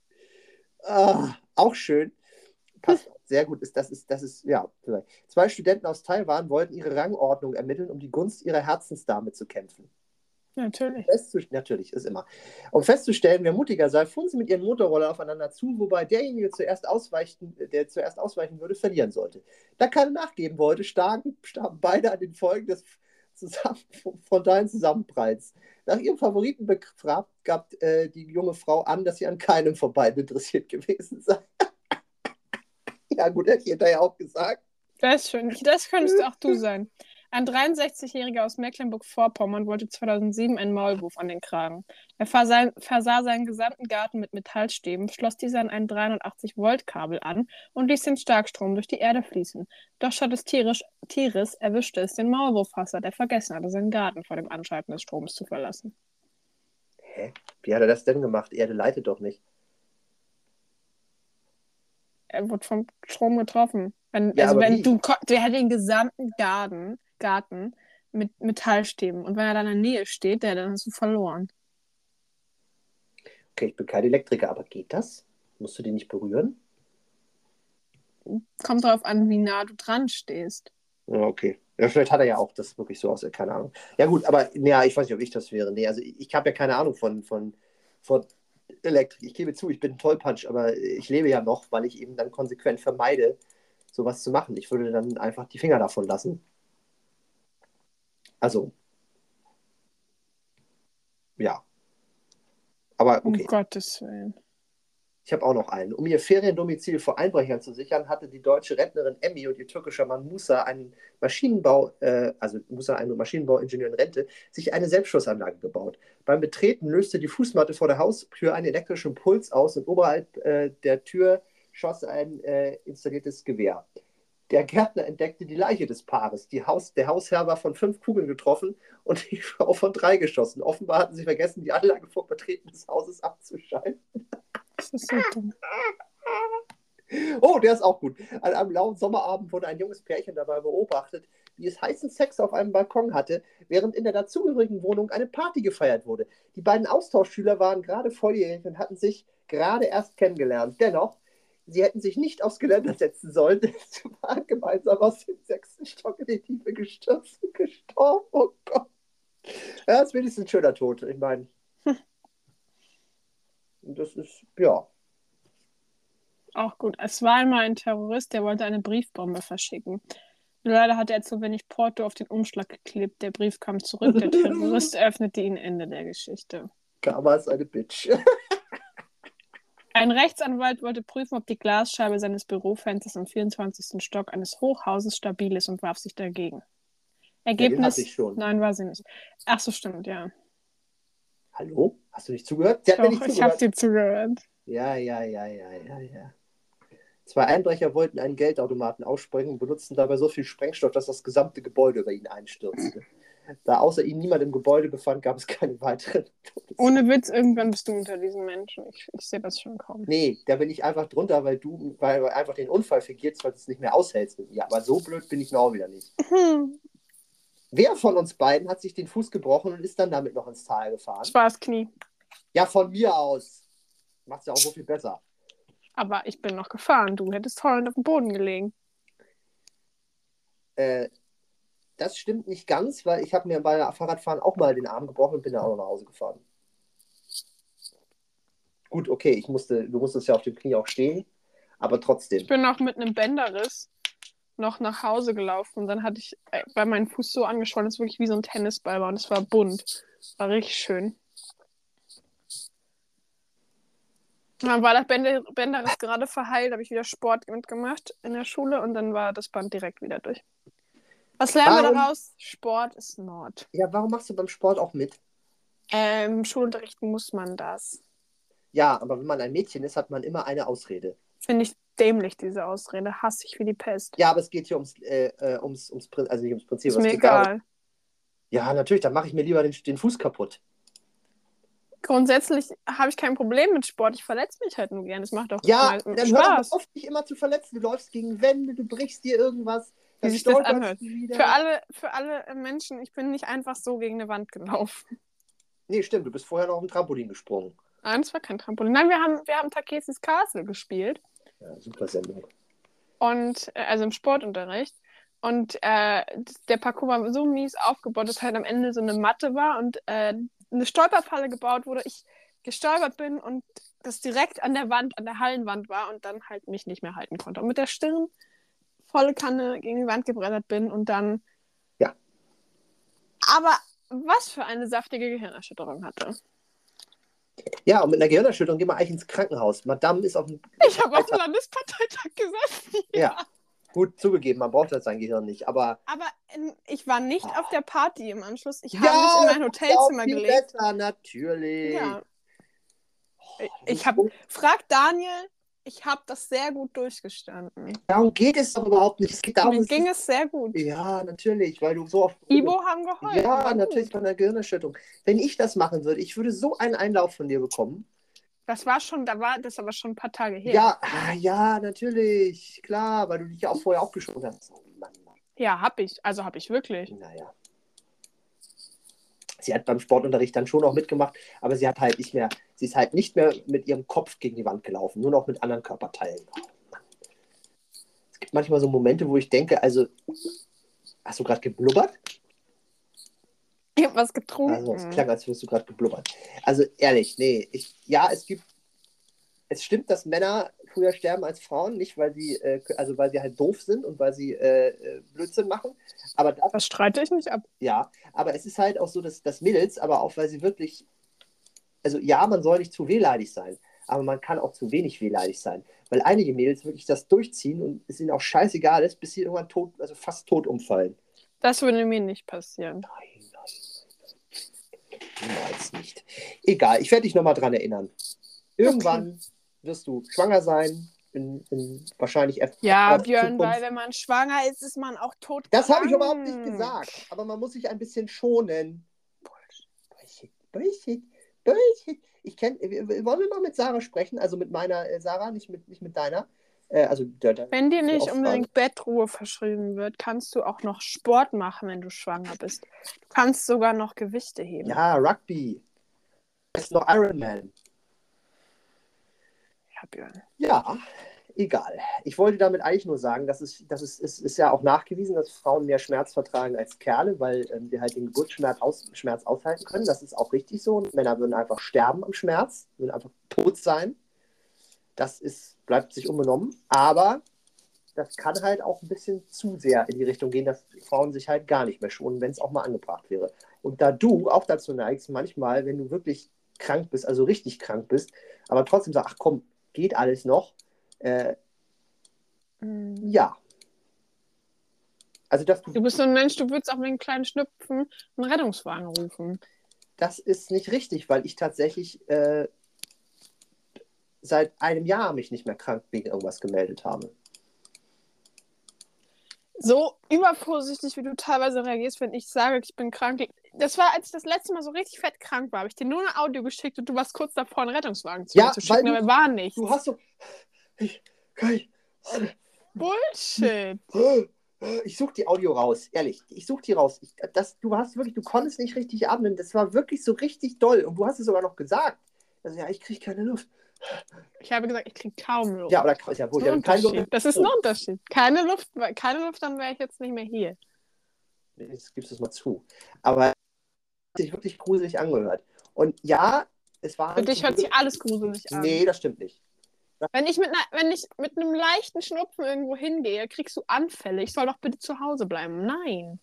Auch schön. Passt sehr gut. Das ist, ja, vielleicht. 2 Studenten aus Taiwan wollten ihre Rangordnung ermitteln, um die Gunst ihrer Herzensdame zu kämpfen. Natürlich. Natürlich, ist immer. Um festzustellen, wer mutiger sei, fuhren sie mit ihren Motorrollern aufeinander zu, wobei derjenige, der zuerst ausweichen würde, verlieren sollte. Da keiner nachgeben wollte, starben beide an den Folgen des frontalen Zusammenpralls. Nach ihrem Favoriten befragt, gab die junge Frau an, dass sie an keinem von beiden interessiert gewesen sei. Ja gut, hätte ich hinterher auch gesagt. Das ist schön. Das könntest auch du sein. Ein 63-Jähriger aus Mecklenburg-Vorpommern wollte 2007 einen Maulwurf an den Kragen. Er versah seinen gesamten Garten mit Metallstäben, schloss diese an ein 380-Volt-Kabel an und ließ den Starkstrom durch die Erde fließen. Doch statt des Tieres erwischte es den Maulwurfhasser, der vergessen hatte, seinen Garten vor dem Anschalten des Stroms zu verlassen. Hä? Wie hat er das denn gemacht? Die Erde leitet doch nicht. Er wurde vom Strom getroffen. Der hat den gesamten Garten mit Metallstäben. Und wenn er dann in der Nähe steht, dann hast du verloren. Okay, ich bin kein Elektriker, aber geht das? Musst du die nicht berühren? Kommt darauf an, wie nah du dran stehst. Ja, okay. Ja, vielleicht hat er ja auch das wirklich so aus, keine Ahnung. Ja gut, aber ja, ich weiß nicht, ob ich das wäre. Nee, also ich habe ja keine Ahnung von Elektrik. Ich gebe zu, ich bin ein Tollpatsch, aber ich lebe ja noch, weil ich eben dann konsequent vermeide, sowas zu machen. Ich würde dann einfach die Finger davon lassen. Also, ja. Aber okay. Um Gottes Willen. Ich habe auch noch einen. Um ihr Feriendomizil vor Einbrechern zu sichern, hatte die deutsche Rentnerin Emmy und ihr türkischer Mann Musa, eine Maschinenbauingenieur in Rente, sich eine Selbstschussanlage gebaut. Beim Betreten löste die Fußmatte vor der Haustür einen elektrischen Puls aus und oberhalb der Tür schoss ein installiertes Gewehr. Der Gärtner entdeckte die Leiche des Paares. Der Hausherr war von 5 Kugeln getroffen und die Frau von 3 geschossen. Offenbar hatten sie vergessen, die Anlage vor Betreten des Hauses abzuschalten. Das ist so dumm. Oh, der ist auch gut. An einem lauen Sommerabend wurde ein junges Pärchen dabei beobachtet, wie es heißen Sex auf einem Balkon hatte, während in der dazugehörigen Wohnung eine Party gefeiert wurde. Die beiden Austauschschüler waren gerade volljährig und hatten sich gerade erst kennengelernt. Dennoch, sie hätten sich nicht aufs Geländer setzen sollen, denn sie waren gemeinsam aus dem 6. Stock in die Tiefe gestürzt und gestorben. Oh Gott. Ja, das ist wenigstens ein schöner Tod. Ich meine, das ist, ja. Auch gut. Es war einmal ein Terrorist, der wollte eine Briefbombe verschicken. Leider hatte er zu wenig Porto auf den Umschlag geklebt. Der Brief kam zurück. Der Terrorist öffnete ihn. Ende der Geschichte. Karma ist eine Bitch. Ein Rechtsanwalt wollte prüfen, ob die Glasscheibe seines Bürofensters im 24. Stock eines Hochhauses stabil ist und warf sich dagegen. Ja, den hatte Ergebnis? ich schon. Nein, war sie nicht. Ach so, stimmt, ja. Hallo? Hast du nicht zugehört? Sie hat mir Doch, nicht ich habe zugehört. dir zugehört. Ja. 2 Einbrecher wollten einen Geldautomaten aussprengen und benutzten dabei so viel Sprengstoff, dass das gesamte Gebäude über ihnen einstürzte. Da außer ihnen niemand im Gebäude befand, gab es keine weiteren Todesfälle. Ohne Witz, irgendwann bist du unter diesen Menschen. Ich sehe das schon kaum. Nee, da bin ich einfach drunter, weil du einfach den Unfall vergierst, weil du es nicht mehr aushältst mit mir. Aber so blöd bin ich mir auch wieder nicht. Wer von uns beiden hat sich den Fuß gebrochen und ist dann damit noch ins Tal gefahren? Das war das Knie. Ja, von mir aus. Macht's ja auch so viel besser. Aber ich bin noch gefahren. Du hättest heulend auf dem Boden gelegen. Das stimmt nicht ganz, weil ich habe mir bei Fahrradfahren auch mal den Arm gebrochen und bin dann auch noch nach Hause gefahren. Gut, okay, du musstest ja auf dem Knie auch stehen, aber trotzdem. Ich bin auch mit einem Bänderriss noch nach Hause gelaufen und dann hatte ich, weil mein Fuß so angeschwollen ist, wirklich wie so ein Tennisball war und es war bunt. War richtig schön. Dann war das Bänderriss gerade verheilt, habe ich wieder Sport mitgemacht in der Schule und dann war das Band direkt wieder durch. Was lernen wir daraus? Sport ist Mord. Ja, warum machst du beim Sport auch mit? Im Schulunterricht muss man das. Ja, aber wenn man ein Mädchen ist, hat man immer eine Ausrede. Finde ich dämlich, diese Ausrede. Hasse ich wie die Pest. Ja, aber es geht hier also nicht ums Prinzip. Ist Es mir geht darum, egal. ja, natürlich, dann mache ich mir lieber den Fuß kaputt. Grundsätzlich habe ich kein Problem mit Sport. Ich verletze mich halt nur gern. Das macht doch Ja, mal dann hör doch mal Spaß. auf, dich immer zu verletzen. Du läufst gegen Wände, du brichst dir irgendwas. Wie Dann sich das stolperst anhört. du wieder. Für alle Menschen, ich bin nicht einfach so gegen eine Wand gelaufen. Nee, stimmt, du bist vorher noch auf dem Trampolin gesprungen. Nein, das war kein Trampolin. Nein, wir haben Takesis Castle gespielt. Ja, super Sendung. Und, also im Sportunterricht. Und der Parcours war so mies aufgebaut, dass halt am Ende so eine Matte war und eine Stolperfalle gebaut wurde. Ich gestolpert bin und das direkt an der Wand, an der Hallenwand war und dann halt mich nicht mehr halten konnte. Und mit der Stirn volle Kanne gegen die Wand gebrettert bin und dann. Ja. Aber was für eine saftige Gehirnerschütterung hatte. Ja, und mit einer Gehirnerschütterung gehen wir eigentlich ins Krankenhaus. Madame ist auf dem. Ich habe auf dem Landesparteitag gesessen. Ja. Gut zugegeben, man braucht halt sein Gehirn nicht, aber. Aber ich war nicht auf der Party im Anschluss. Ich habe Ja, mich in mein das ist Hotelzimmer auch viel gelegt. besser, natürlich. Ja. Das Ich ist habe. so- Frag Daniel, ich habe das sehr gut durchgestanden. Darum geht es doch überhaupt nicht. Es geht darum, Mir ging es sehr gut. ja, natürlich, weil du so oft. Ibo haben geheult. Ja, war natürlich gut. bei einer Gehirnerschütterung. Wenn ich das machen würde, ich würde so einen Einlauf von dir bekommen. Das war aber schon ein paar Tage her. Ja, natürlich. Klar, weil du dich ja auch vorher aufgeschoben hast. Oh Mann. Ja, hab ich. Also hab ich wirklich. Naja. Sie hat beim Sportunterricht dann schon auch mitgemacht, aber sie ist halt nicht mehr mit ihrem Kopf gegen die Wand gelaufen, nur noch mit anderen Körperteilen. Oh Mann. Es gibt manchmal so Momente, wo ich denke, also, hast du gerade geblubbert? Ich habe was getrunken. Also, es klang, als würdest du gerade geblubbert. Also, ehrlich, nee. Es stimmt, dass Männer früher sterben als Frauen, nicht weil sie halt doof sind und weil sie Blödsinn machen. Aber Das streite ich nicht ab. ja, aber es ist halt auch so, dass Mädels, aber auch weil sie wirklich, also ja, man soll nicht zu wehleidig sein, aber man kann auch zu wenig wehleidig sein. Weil einige Mädels wirklich das durchziehen und es ihnen auch scheißegal ist, bis sie irgendwann fast tot umfallen. Das würde mir nicht passieren. Nein. Niemals nicht. Egal, ich werde dich nochmal dran erinnern. Irgendwann wirst du schwanger sein wahrscheinlich Ja, etwas Björn, weil Zukunft. wenn man schwanger ist, ist man auch Das habe ich überhaupt nicht todkrank. gesagt. Aber man muss sich ein bisschen schonen. Bullshit, Bullshit, Bullshit. Wollen wir mal mit Sarah sprechen? Also mit meiner Sarah, nicht mit deiner. Also Wenn dir die nicht Auffrage. unbedingt Bettruhe verschrieben wird, kannst du auch noch Sport machen, wenn du schwanger bist. Du kannst sogar noch Gewichte heben. Ja, Rugby. Es ist noch Ironman. Ja, Björn. Ja, egal. Ich wollte damit eigentlich nur sagen, es ist ja auch nachgewiesen, dass Frauen mehr Schmerz vertragen als Kerle, weil wir halt den Geburtsschmerz aushalten können. Das ist auch richtig so. Und Männer würden einfach sterben am Schmerz, würden einfach tot sein. Bleibt sich unbenommen. Aber das kann halt auch ein bisschen zu sehr in die Richtung gehen, dass Frauen sich halt gar nicht mehr schonen, wenn es auch mal angebracht wäre. Und da du auch dazu neigst, manchmal, wenn du wirklich krank bist, also richtig krank bist, aber trotzdem sagst, ach komm, geht alles noch, ja. Also Du bist so ein Mensch, du würdest auch mit einem kleinen Schnupfen einen Rettungswagen rufen. das ist nicht richtig, weil ich tatsächlich seit einem Jahr mich nicht mehr krank wegen irgendwas gemeldet habe. So übervorsichtig, wie du teilweise reagierst, wenn ich sage, ich bin krank. Das war, als ich das letzte Mal so richtig fett krank war, habe ich dir nur ein Audio geschickt und du warst kurz davor, einen Rettungswagen zu mir Ja, zu weil schicken, aber war nichts. du hast so, ich, ich, Bullshit. ich suche die Audio raus, ehrlich. Ich suche die raus. Du konntest nicht richtig atmen. Das war wirklich so richtig doll. Und du hast es sogar noch gesagt. Also ja, ich kriege keine Luft. Ich habe gesagt, ich kriege kaum Luft. Ja, aber ist ja wohl. Das ist ein Unterschied. Das ist ein Oh, Unterschied. Keine Luft, dann wäre ich jetzt nicht mehr hier. jetzt gibst du es mal zu. Aber es hat sich wirklich gruselig angehört. Und ja, es Für waren. dich hört sich alles gruselig an. Nee, das stimmt nicht. Wenn ich mit einem leichten Schnupfen irgendwo hingehe, kriegst du Anfälle. Ich soll doch bitte zu Hause bleiben. Nein.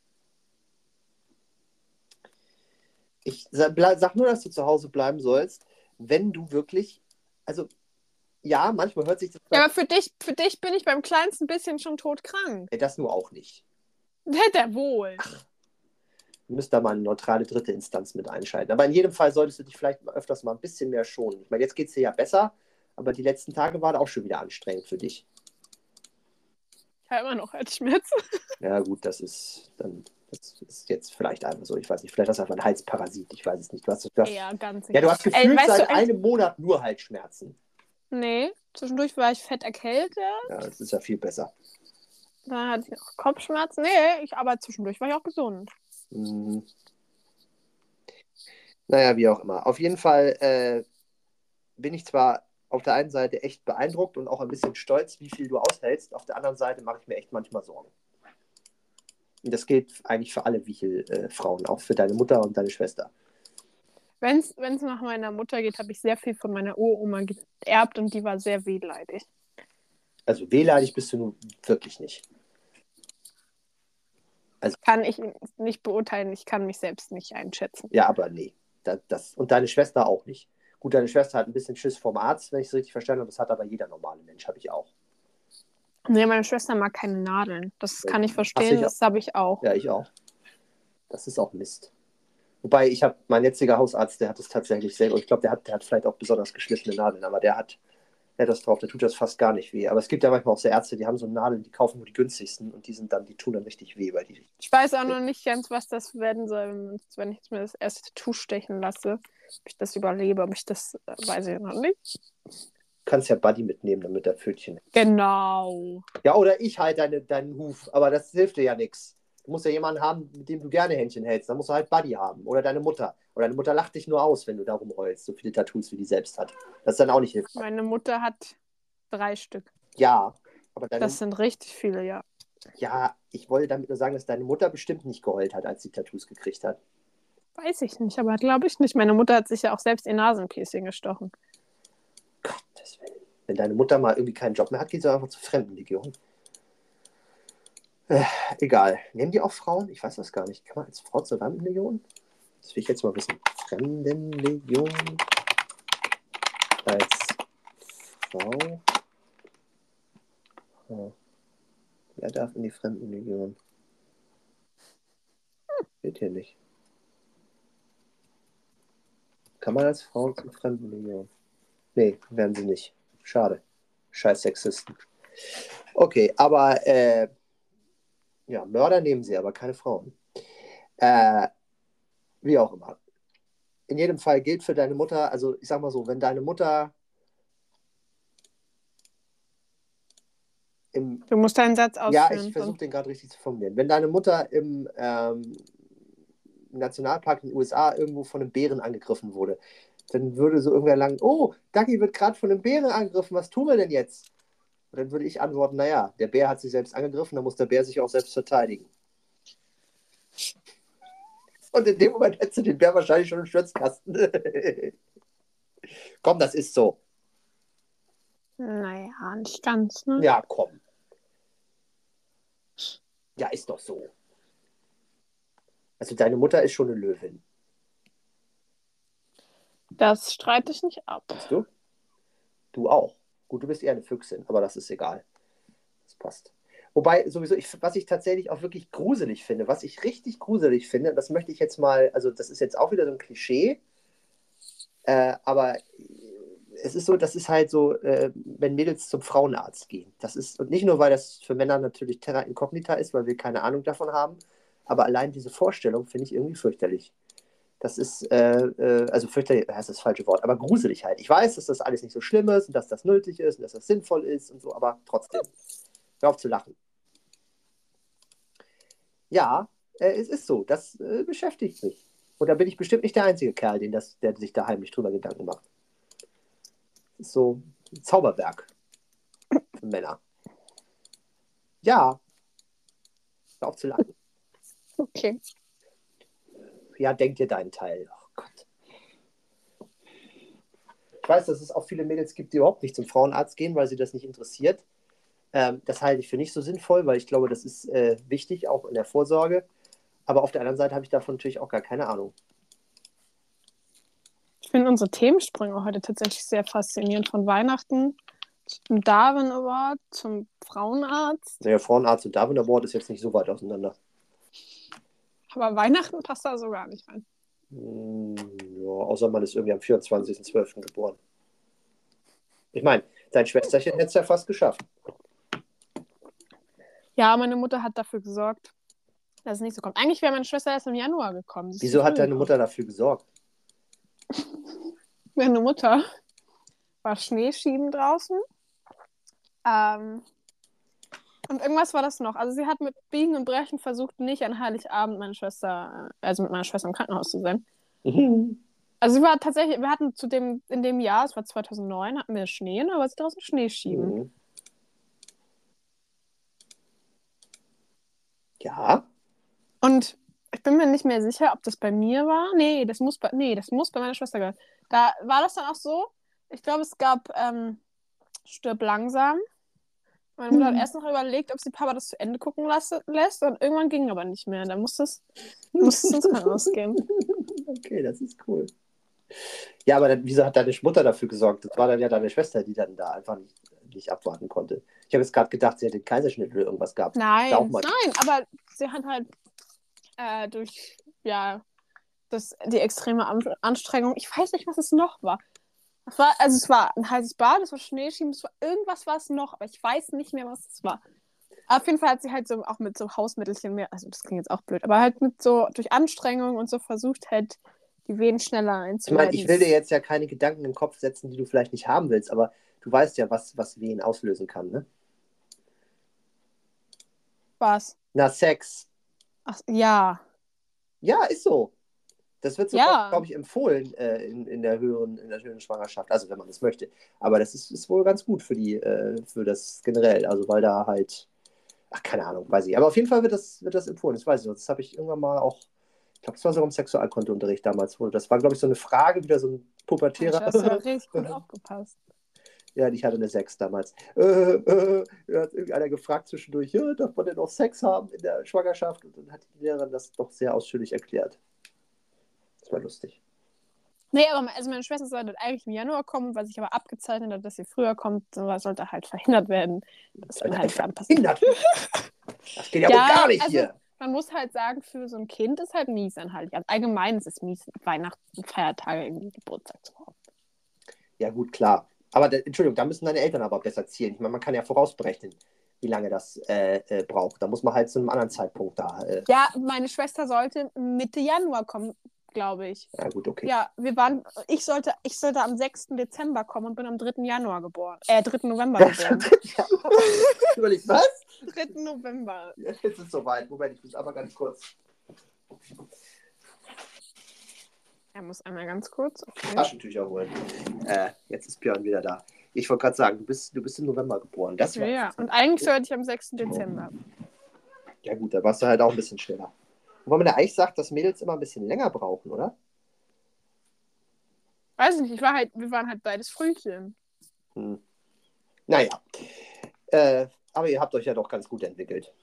Ich sag nur, dass du zu Hause bleiben sollst, wenn du wirklich. Also, ja, manchmal hört sich das. Ja, aber für dich bin ich beim kleinsten bisschen schon todkrank. Das nur auch nicht. Hätte er wohl. Du müsst da mal eine neutrale dritte Instanz mit einschalten. Aber in jedem Fall solltest du dich vielleicht öfters mal ein bisschen mehr schonen. Ich meine, jetzt geht es dir ja besser, aber die letzten Tage waren auch schon wieder anstrengend für dich. Ich habe immer noch Halsschmerzen. Ja, gut, das ist jetzt vielleicht einfach so. Ich weiß nicht, vielleicht hast du einfach einen Halsparasit. Ich weiß es nicht. Ja, ganz ja, du hast sicher. gefühlt Weißt seit du, einem Monat nur Halsschmerzen. nee, zwischendurch war ich fett erkältet. Ja, das ist ja viel besser. Dann hatte ich auch Kopfschmerzen. Nee, aber zwischendurch war ich auch gesund. Mhm. Naja, wie auch immer. Auf jeden Fall bin ich zwar auf der einen Seite echt beeindruckt und auch ein bisschen stolz, wie viel du aushältst. Auf der anderen Seite mache ich mir echt manchmal Sorgen. Und das gilt eigentlich für alle Frauen, auch für deine Mutter und deine Schwester. Wenn es nach meiner Mutter geht, habe ich sehr viel von meiner Uroma geerbt und die war sehr wehleidig. Also wehleidig bist du nun wirklich nicht. Also, kann ich nicht beurteilen, ich kann mich selbst nicht einschätzen. Ja, aber nee. Und deine Schwester auch nicht. Gut, deine Schwester hat ein bisschen Schiss vom Arzt, wenn ich es richtig verstanden habe. Das hat aber jeder normale Mensch, habe ich auch. Nee, meine Schwester mag keine Nadeln. Das kann ich verstehen, das habe ich auch. Ja, ich auch. Das ist auch Mist. Wobei, mein jetziger Hausarzt, der hat es tatsächlich selber. Ich glaube, der hat vielleicht auch besonders geschliffene Nadeln, aber der hat das drauf, der tut das fast gar nicht weh. Aber es gibt ja manchmal auch so Ärzte, die haben so Nadeln, die kaufen nur die günstigsten und die tun dann richtig weh, weil die. Ich weiß auch noch nicht ganz, was das werden soll, wenn ich mir das erste Tattoo stechen lasse. Ob ich das überlebe, ob ich das, weiß ich noch nicht. Du kannst ja Buddy mitnehmen, damit der Pfötchen. Genau. Ja, oder ich halte deinen Huf, aber das hilft dir ja nichts. Du musst ja jemanden haben, mit dem du gerne Händchen hältst. Dann musst du halt Buddy haben. Oder deine Mutter. Oder deine Mutter lacht dich nur aus, wenn du da rumheulst, so viele Tattoos, wie die selbst hat. Das ist dann auch nicht hilfreich. Meine Mutter hat 3 Stück. Ja, aber das sind richtig viele, ja. Ja, ich wollte damit nur sagen, dass deine Mutter bestimmt nicht geheult hat, als sie Tattoos gekriegt hat. Weiß ich nicht, aber glaube ich nicht. Meine Mutter hat sich ja auch selbst ihr Nasenpiercing gestochen. Gottes Willen. Wenn deine Mutter mal irgendwie keinen Job mehr hat, geht sie einfach zur Fremdenlegion. Egal. Nehmen die auch Frauen? Ich weiß das gar nicht. Kann man als Frau zur Fremdenlegion? Das will ich jetzt mal wissen. Fremdenlegion als Frau. Oh. Wer darf in die Fremdenlegion? Geht hier nicht. Kann man als Frau zur Fremdenlegion? Nee, werden sie nicht. Schade. Scheiß Sexisten. Okay, aber ja, Mörder nehmen sie, aber keine Frauen. Wie auch immer. In jedem Fall gilt für deine Mutter, also ich sag mal so, wenn deine Mutter im, Du musst deinen Satz ja, ich ausführen. versuche den gerade richtig zu formulieren. Wenn deine Mutter im Nationalpark in den USA irgendwo von einem Bären angegriffen wurde, dann würde so irgendwer lang, oh, Ducky wird gerade von einem Bären angegriffen, was tun wir denn jetzt? Und dann würde ich antworten, naja, der Bär hat sich selbst angegriffen, dann muss der Bär sich auch selbst verteidigen. Und in dem Moment hättest du den Bär wahrscheinlich schon im Schwitzkasten. Komm, das ist so. Naja, nicht ganz, ne? Ja, komm. Ja, ist doch so. Also deine Mutter ist schon eine Löwin. Das streite ich nicht ab. Weißt du? Du auch. Gut, du bist eher eine Füchsin, aber das ist egal. Das passt. Wobei, sowieso, was ich tatsächlich auch wirklich gruselig finde, was ich richtig gruselig finde, das möchte ich jetzt mal, also das ist jetzt auch wieder so ein Klischee, aber es ist so, das ist halt so, wenn Mädels zum Frauenarzt gehen. Das ist, und nicht nur, weil das für Männer natürlich Terra Incognita ist, weil wir keine Ahnung davon haben, aber allein diese Vorstellung finde ich irgendwie fürchterlich. Das ist, also fürchterlich, das ist das falsche Wort, aber gruselig halt. Ich weiß, dass das alles nicht so schlimm ist und dass das nötig ist und dass das sinnvoll ist und so, aber trotzdem. Hör auf zu lachen. Ja, es ist so. Das beschäftigt mich. Und da bin ich bestimmt nicht der einzige Kerl, der sich da heimlich drüber Gedanken macht. Das ist so ein Zauberwerk für Männer. Ja, hör auf zu lachen. Okay. Ja, denk dir deinen Teil. Oh Gott. Ich weiß, dass es auch viele Mädels gibt, die überhaupt nicht zum Frauenarzt gehen, weil sie das nicht interessiert. Das halte ich für nicht so sinnvoll, weil ich glaube, das ist wichtig, auch in der Vorsorge. Aber auf der anderen Seite habe ich davon natürlich auch gar keine Ahnung. Ich finde unsere Themensprünge heute tatsächlich sehr faszinierend. Von Weihnachten zum Darwin Award, zum Frauenarzt. Naja, Frauenarzt und Darwin Award ist jetzt nicht so weit auseinander. Aber Weihnachten passt da so gar nicht rein. Ja, außer man ist irgendwie am 24.12. geboren. Ich meine, dein Schwesterchen hätte es ja fast geschafft. Ja, meine Mutter hat dafür gesorgt, dass es nicht so kommt. Eigentlich wäre meine Schwester erst im Januar gekommen. Wieso hat deine Mutter dafür gesorgt? Meine Mutter war Schneeschieben draußen. Und irgendwas war das noch. Also sie hat mit Biegen und Brechen versucht, nicht an Heiligabend meine Schwester, also mit meiner Schwester im Krankenhaus zu sein. Also sie war tatsächlich, wir hatten in dem Jahr, es war 2009, hatten wir Schnee, und da war sie draußen Schneeschieben. Ja. Und ich bin mir nicht mehr sicher, ob das bei mir war. Nee, das muss bei meiner Schwester sein. Da war das dann auch so, ich glaube, es gab Stirb langsam. Meine Mutter hat erst noch überlegt, ob sie Papa das zu Ende gucken lässt, und irgendwann ging aber nicht mehr. Dann musste es ins Krankenhaus gehen. Okay, das ist cool. Ja, aber dann, wieso hat deine Mutter dafür gesorgt? Das war dann ja deine Schwester, die dann da einfach nicht abwarten konnte. Ich habe jetzt gerade gedacht, sie hätte einen Kaiserschnitt oder irgendwas gehabt. Nein, aber sie hat halt durch die extreme Anstrengung, ich weiß nicht, was es noch war. Es war ein heißes Bad, es war Schneeschieben, es war irgendwas war es noch, aber ich weiß nicht mehr, was es war. Auf jeden Fall hat sie halt so auch mit so Hausmittelchen mehr, also das klingt jetzt auch blöd, aber halt mit so durch Anstrengung und so versucht halt die Wehen schneller einzuleiten. Ich meine, ich will dir jetzt ja keine Gedanken im Kopf setzen, die du vielleicht nicht haben willst, aber du weißt ja, was Wehen auslösen kann, ne? Was? Na, Sex. Ach, ja. Ja, ist so. Das wird sogar, Ja. glaube ich, empfohlen in der höheren Schwangerschaft, also wenn man das möchte. Aber das ist wohl ganz gut für das generell, also weil da halt, ach, keine Ahnung, weiß ich. Aber auf jeden Fall wird das empfohlen, das weiß ich noch. Das habe ich irgendwann mal auch, ich glaube, das war sogar im Sexualkundeunterricht damals. Das war, glaube ich, so eine Frage, wieder so ein pubertärer. Du hast ja richtig gut aufgepasst. Ja, ich hatte eine 6 damals. Da hat irgendeiner gefragt zwischendurch, ja, darf man denn auch Sex haben in der Schwangerschaft? Und dann hat die Lehrerin das doch sehr ausführlich erklärt. Das war lustig. Nee, aber also meine Schwester sollte eigentlich im Januar kommen, weil sich aber abgezeichnet hat, dass sie früher kommt, sowas sollte halt verhindert werden. Das Sollte halt verhindert werden. Das geht ja wohl gar nicht hier. Man muss halt sagen, für so ein Kind ist halt mies an Heiligabend. Also allgemein ist es mies, Weihnachten, Feiertage, irgendwie Geburtstag zu haben. Ja, gut, klar. Aber, Entschuldigung, da müssen deine Eltern aber besser zielen. Ich meine, man kann ja vorausberechnen, wie lange das braucht. Da muss man halt zu einem anderen Zeitpunkt da. Ja, meine Schwester sollte Mitte Januar kommen, glaube ich. Ja, gut, okay. Ja, ich sollte am 6. Dezember kommen und bin am 3. Januar geboren. 3. November geboren. Überlegt, was? 3. November. Ja, jetzt ist es soweit. Moment, ich muss aber ganz kurz. Er muss einmal ganz kurz. Okay. Taschentücher holen. Jetzt ist Björn wieder da. Ich wollte gerade sagen, du bist im November geboren. Das war Ja, und eigentlich sollte ich am 6. Dezember. Ja gut, da warst du halt auch ein bisschen schneller. Wobei man ja eigentlich sagt, dass Mädels immer ein bisschen länger brauchen, oder? Weiß ich nicht, wir waren halt beides Frühchen. Naja. Aber ihr habt euch ja doch ganz gut entwickelt.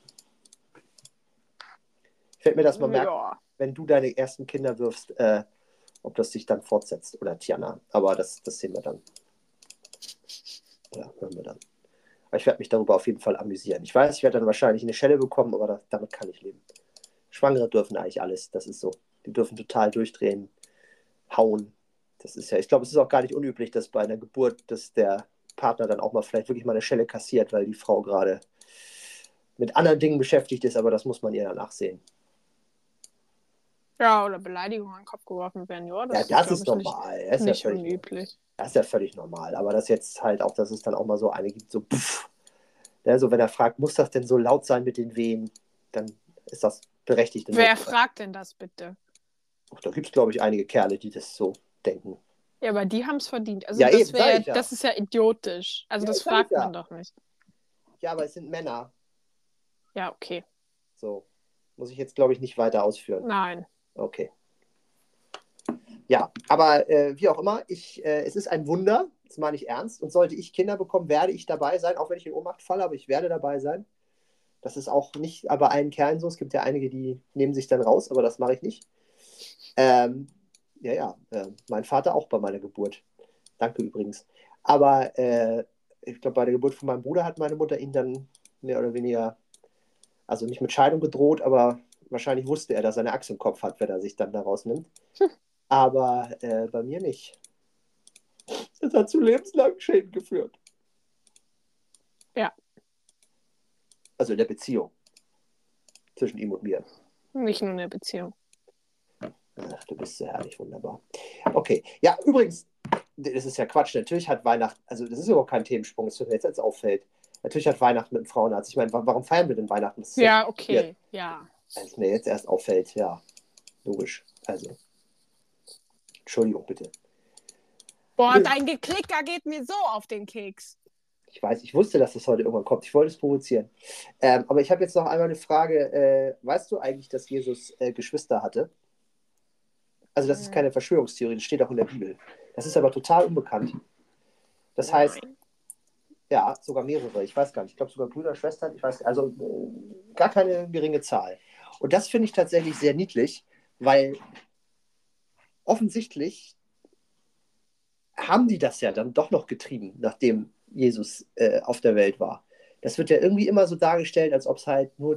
Ich werde mir das mal merken, wenn du deine ersten Kinder wirfst, ob das sich dann fortsetzt. Oder Tiana. Aber das sehen wir dann. Ja, hören wir dann. Aber ich werde mich darüber auf jeden Fall amüsieren. Ich weiß, ich werde dann wahrscheinlich eine Schelle bekommen, aber damit kann ich leben. Schwangere dürfen eigentlich alles. Das ist so. Die dürfen total durchdrehen, hauen. Das ist ja, ich glaube, es ist auch gar nicht unüblich, dass bei einer Geburt, dass der Partner dann auch mal vielleicht wirklich mal eine Schelle kassiert, weil die Frau gerade mit anderen Dingen beschäftigt ist, aber das muss man ihr danach sehen. Ja, oder Beleidigungen an den Kopf geworfen werden. Ja, das ist normal. Das ist nicht ja unüblich. Das ist ja völlig normal. Aber das jetzt halt auch, dass es dann auch mal so eine gibt, so pff. Ja, so wenn er fragt, muss das denn so laut sein mit den Wehen, dann ist das berechtigt. Wer fragt denn das bitte? Ach, da gibt es, glaube ich, einige Kerle, die das so denken. Ja, aber die haben es verdient. Also Ja, eben, das ist ja idiotisch. Also das fragt man doch nicht. Ja, aber es sind Männer. Ja, okay. So. Muss ich jetzt, glaube ich, nicht weiter ausführen. Nein. Okay. Ja, aber wie auch immer, es ist ein Wunder, das meine ich ernst. Und sollte ich Kinder bekommen, werde ich dabei sein, auch wenn ich in Ohnmacht falle, aber ich werde dabei sein. Das ist auch nicht bei allen Kerlen so. Es gibt ja einige, die nehmen sich dann raus, aber das mache ich nicht. Mein Vater auch bei meiner Geburt. Danke übrigens. Aber ich glaube, bei der Geburt von meinem Bruder hat meine Mutter ihn dann mehr oder weniger, also nicht mit Scheidung gedroht, aber wahrscheinlich wusste er, dass er eine Axt im Kopf hat, wenn er sich dann da rausnimmt. Aber bei mir nicht. Das hat zu lebenslangen Schäden geführt. Ja. Also in der Beziehung. Zwischen ihm und mir. Nicht nur in der Beziehung. Ach, du bist so herrlich, wunderbar. Okay, ja, übrigens, das ist ja Quatsch. Natürlich hat Weihnachten, also das ist überhaupt kein Themensprung, das mir jetzt auffällt. Natürlich hat Weihnachten mit dem Frauenarzt. Ich meine, warum feiern wir denn Weihnachten? Ja, okay, ja. Als mir jetzt erst auffällt, ja, logisch. Also, Entschuldigung, bitte. Boah, dein Geklicker geht mir so auf den Keks. Ich weiß, ich wusste, dass das heute irgendwann kommt. Ich wollte es provozieren. Aber ich habe jetzt noch einmal eine Frage. Weißt du eigentlich, dass Jesus Geschwister hatte? Also das ist keine Verschwörungstheorie, das steht auch in der Bibel. Das ist aber total unbekannt. Das heißt, ja, sogar mehrere, ich weiß gar nicht. Ich glaube sogar Brüder, Schwestern, ich weiß, also gar keine geringe Zahl. Und das finde ich tatsächlich sehr niedlich, weil offensichtlich haben die das ja dann doch noch getrieben, nachdem Jesus auf der Welt war. Das wird ja irgendwie immer so dargestellt, als ob es halt nur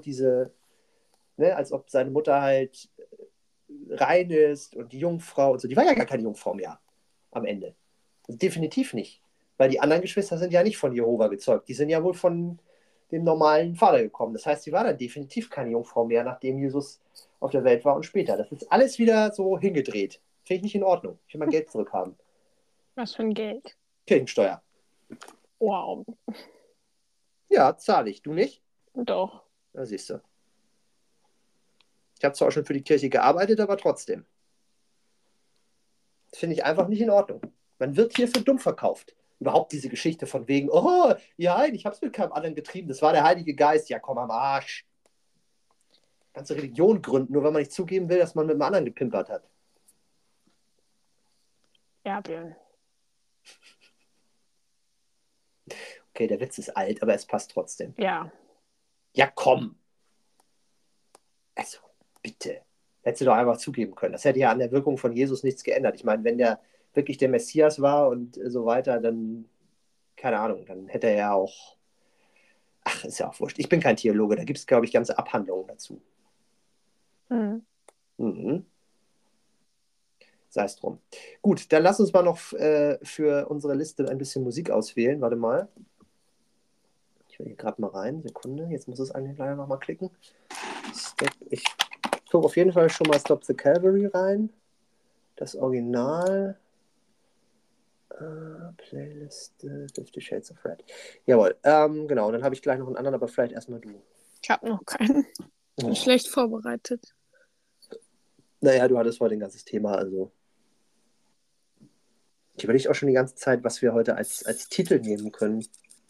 als ob seine Mutter halt rein ist und die Jungfrau und so. Die war ja gar keine Jungfrau mehr am Ende. Also definitiv nicht. Weil die anderen Geschwister sind ja nicht von Jehova gezeugt. Die sind ja wohl von dem normalen Vater gekommen. Das heißt, sie war dann definitiv keine Jungfrau mehr, nachdem Jesus auf der Welt war und später. Das ist alles wieder so hingedreht. Finde ich nicht in Ordnung. Ich will mein Geld zurückhaben. Was für ein Geld? Kirchensteuer. Wow. Ja, zahle ich. Du nicht? Doch. Da siehst du. Ich habe zwar auch schon für die Kirche gearbeitet, aber trotzdem. Das finde ich einfach nicht in Ordnung. Man wird hier für dumm verkauft. Überhaupt diese Geschichte von wegen, oh, ja, ich habe es mit keinem anderen getrieben, das war der Heilige Geist. Ja, komm am Arsch. Ganze Religion gründen, nur wenn man nicht zugeben will, dass man mit einem anderen gepimpert hat. Ja, Björn. Okay, der Witz ist alt, aber es passt trotzdem. Ja. Ja, komm. Also, bitte. Hättest du doch einfach zugeben können. Das hätte ja an der Wirkung von Jesus nichts geändert. Ich meine, wenn der wirklich der Messias war und so weiter, dann, keine Ahnung, dann hätte er ja auch. Ach, ist ja auch wurscht. Ich bin kein Theologe, da gibt es, glaube ich, ganze Abhandlungen dazu. Mhm. sei es drum. Gut, dann lass uns mal noch für unsere Liste ein bisschen Musik auswählen. Warte mal. Ich will hier gerade mal rein. Sekunde, jetzt muss es eigentlich leider noch mal klicken. Ich tue auf jeden Fall schon mal Stop the Cavalry rein. Das Original. Playliste 50 Shades of Red. Jawohl, genau. Dann habe ich gleich noch einen anderen, aber vielleicht erstmal du. Ich habe noch keinen. Bin schlecht vorbereitet. Naja, du hattest heute ein ganzes Thema, also. Ich überlege auch schon die ganze Zeit, was wir heute als Titel nehmen können.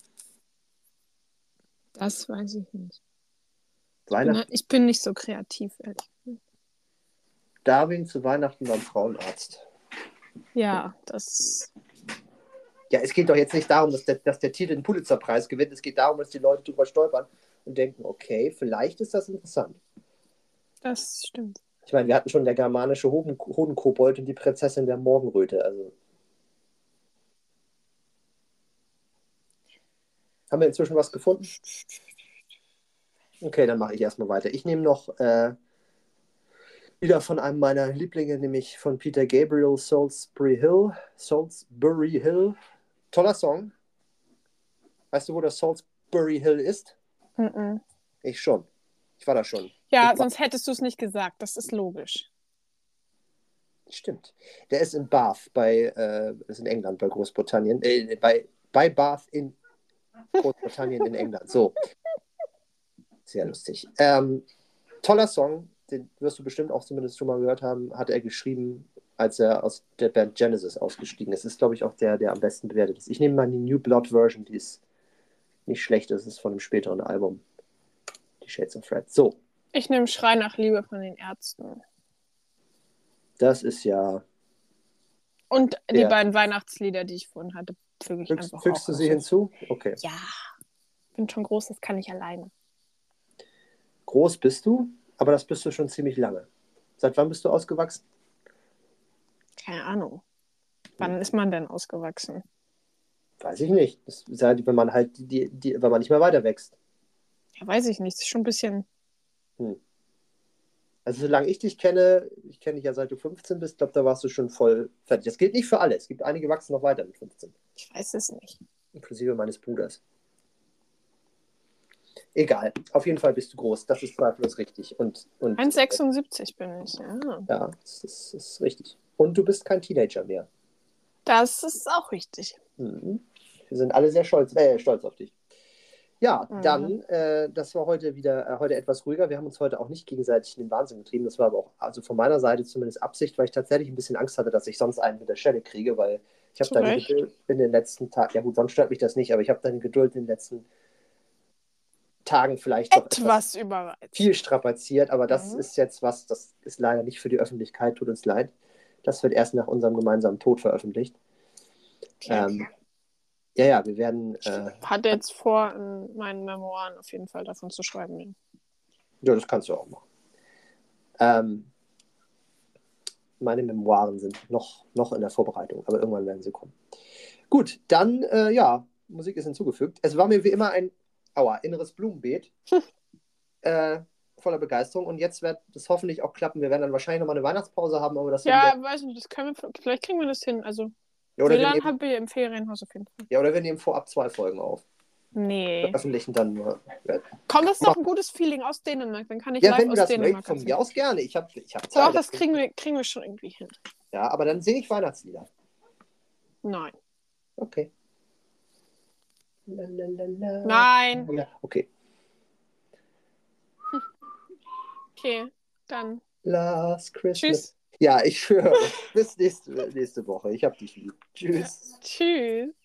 Das weiß ich nicht. Weihnachten. Ich bin nicht so kreativ, ehrlich gesagt. Darwin zu Weihnachten beim Frauenarzt. Ja, das. Ja, es geht doch jetzt nicht darum, dass der Titel den Pulitzerpreis gewinnt. Es geht darum, dass die Leute drüber stolpern und denken, okay, vielleicht ist das interessant. Das stimmt. Ich meine, wir hatten schon der germanische Hodenkobold und die Prinzessin der Morgenröte. Also. Haben wir inzwischen was gefunden? Okay, dann mache ich erstmal weiter. Ich nehme noch wieder von einem meiner Lieblinge, nämlich von Peter Gabriel, Salisbury Hill. Salisbury Hill. Toller Song. Weißt du, wo das Salisbury Hill ist? Mm-mm. Ich schon. Ich war da schon. Ja, sonst hättest du es nicht gesagt. Das ist logisch. Stimmt. Der ist in Bath, das ist in England, bei Großbritannien. Bei Bath in Großbritannien in England. So. Sehr lustig. Toller Song, den wirst du bestimmt auch zumindest schon mal gehört haben, hat er geschrieben, als er aus der Band Genesis ausgestiegen ist. Ist, glaube ich, auch der am besten bewertet ist. Ich nehme mal die New Blood Version, die ist nicht schlecht, das ist von einem späteren Album. Die Shades of Red. So. Ich nehme Schrei nach Liebe von den Ärzten. Das ist ja. Und die beiden Weihnachtslieder, die ich vorhin hatte, füge ich einfach Fügst du sie hinzu? Okay. Ja. Bin schon groß, das kann ich alleine. Groß bist du, aber das bist du schon ziemlich lange. Seit wann bist du ausgewachsen? Keine Ahnung. Wann ist man denn ausgewachsen? Weiß ich nicht. Das ist halt, wenn man halt wenn man nicht mehr weiter wächst. Ja, weiß ich nicht. Das ist schon ein bisschen. Also solange ich dich kenne, ich kenne dich ja seit du 15 bist, glaube da warst du schon voll fertig. Das gilt nicht für alle. Es gibt einige wachsen noch weiter mit 15. Ich weiß es nicht. Inklusive meines Bruders. Egal. Auf jeden Fall bist du groß. Das ist zweifellos richtig. Und 1,76 bin ich. Ja, ja, das ist richtig. Und du bist kein Teenager mehr. das ist auch richtig. Wir sind alle sehr stolz auf dich. Ja, dann, das war heute etwas ruhiger. Wir haben uns heute auch nicht gegenseitig in den Wahnsinn getrieben. Das war aber auch, also von meiner Seite zumindest Absicht, weil ich tatsächlich ein bisschen Angst hatte, dass ich sonst einen mit der Schelle kriege, weil ich habe deine Geduld in den letzten Tagen, ja gut, sonst stört mich das nicht, aber ich habe deine Geduld in den letzten Tagen vielleicht doch etwas überreizt. Viel strapaziert, aber das ist jetzt was, das ist leider nicht für die Öffentlichkeit, tut uns leid. Das wird erst nach unserem gemeinsamen Tod veröffentlicht. Okay. Ja, wir werden. Ich hatte jetzt vor, in meinen Memoiren auf jeden Fall davon zu schreiben. Ja, das kannst du auch machen. Meine Memoiren sind noch in der Vorbereitung, aber irgendwann werden sie kommen. Gut, dann, Musik ist hinzugefügt. Es war mir wie immer ein inneres Blumenbeet voller Begeisterung und jetzt wird das hoffentlich auch klappen. Wir werden dann wahrscheinlich nochmal eine Weihnachtspause haben, aber das weiß nicht, vielleicht kriegen wir das hin. Also, WLAN haben wir im Ferienhaus auf jeden Fall. Ja, oder wir nehmen vorab 2 Folgen auf. Nee. Veröffentlichen dann nur. Komm, das ist doch ein gutes Feeling aus Dänemark. Dann kann ich live aus Dänemark. Ja, wenn du das möchtest, von mir aus gerne. Ich hab Zeit. Doch, das kriegen wir schon irgendwie hin. Ja, aber dann singe ich Weihnachtslieder. Nein. Okay. Nein. Ja, okay. Okay, dann. Last Christmas. Tschüss. Ja, ich schwöre. Bis nächste Woche. Ich hab dich lieb. Tschüss. Tschüss.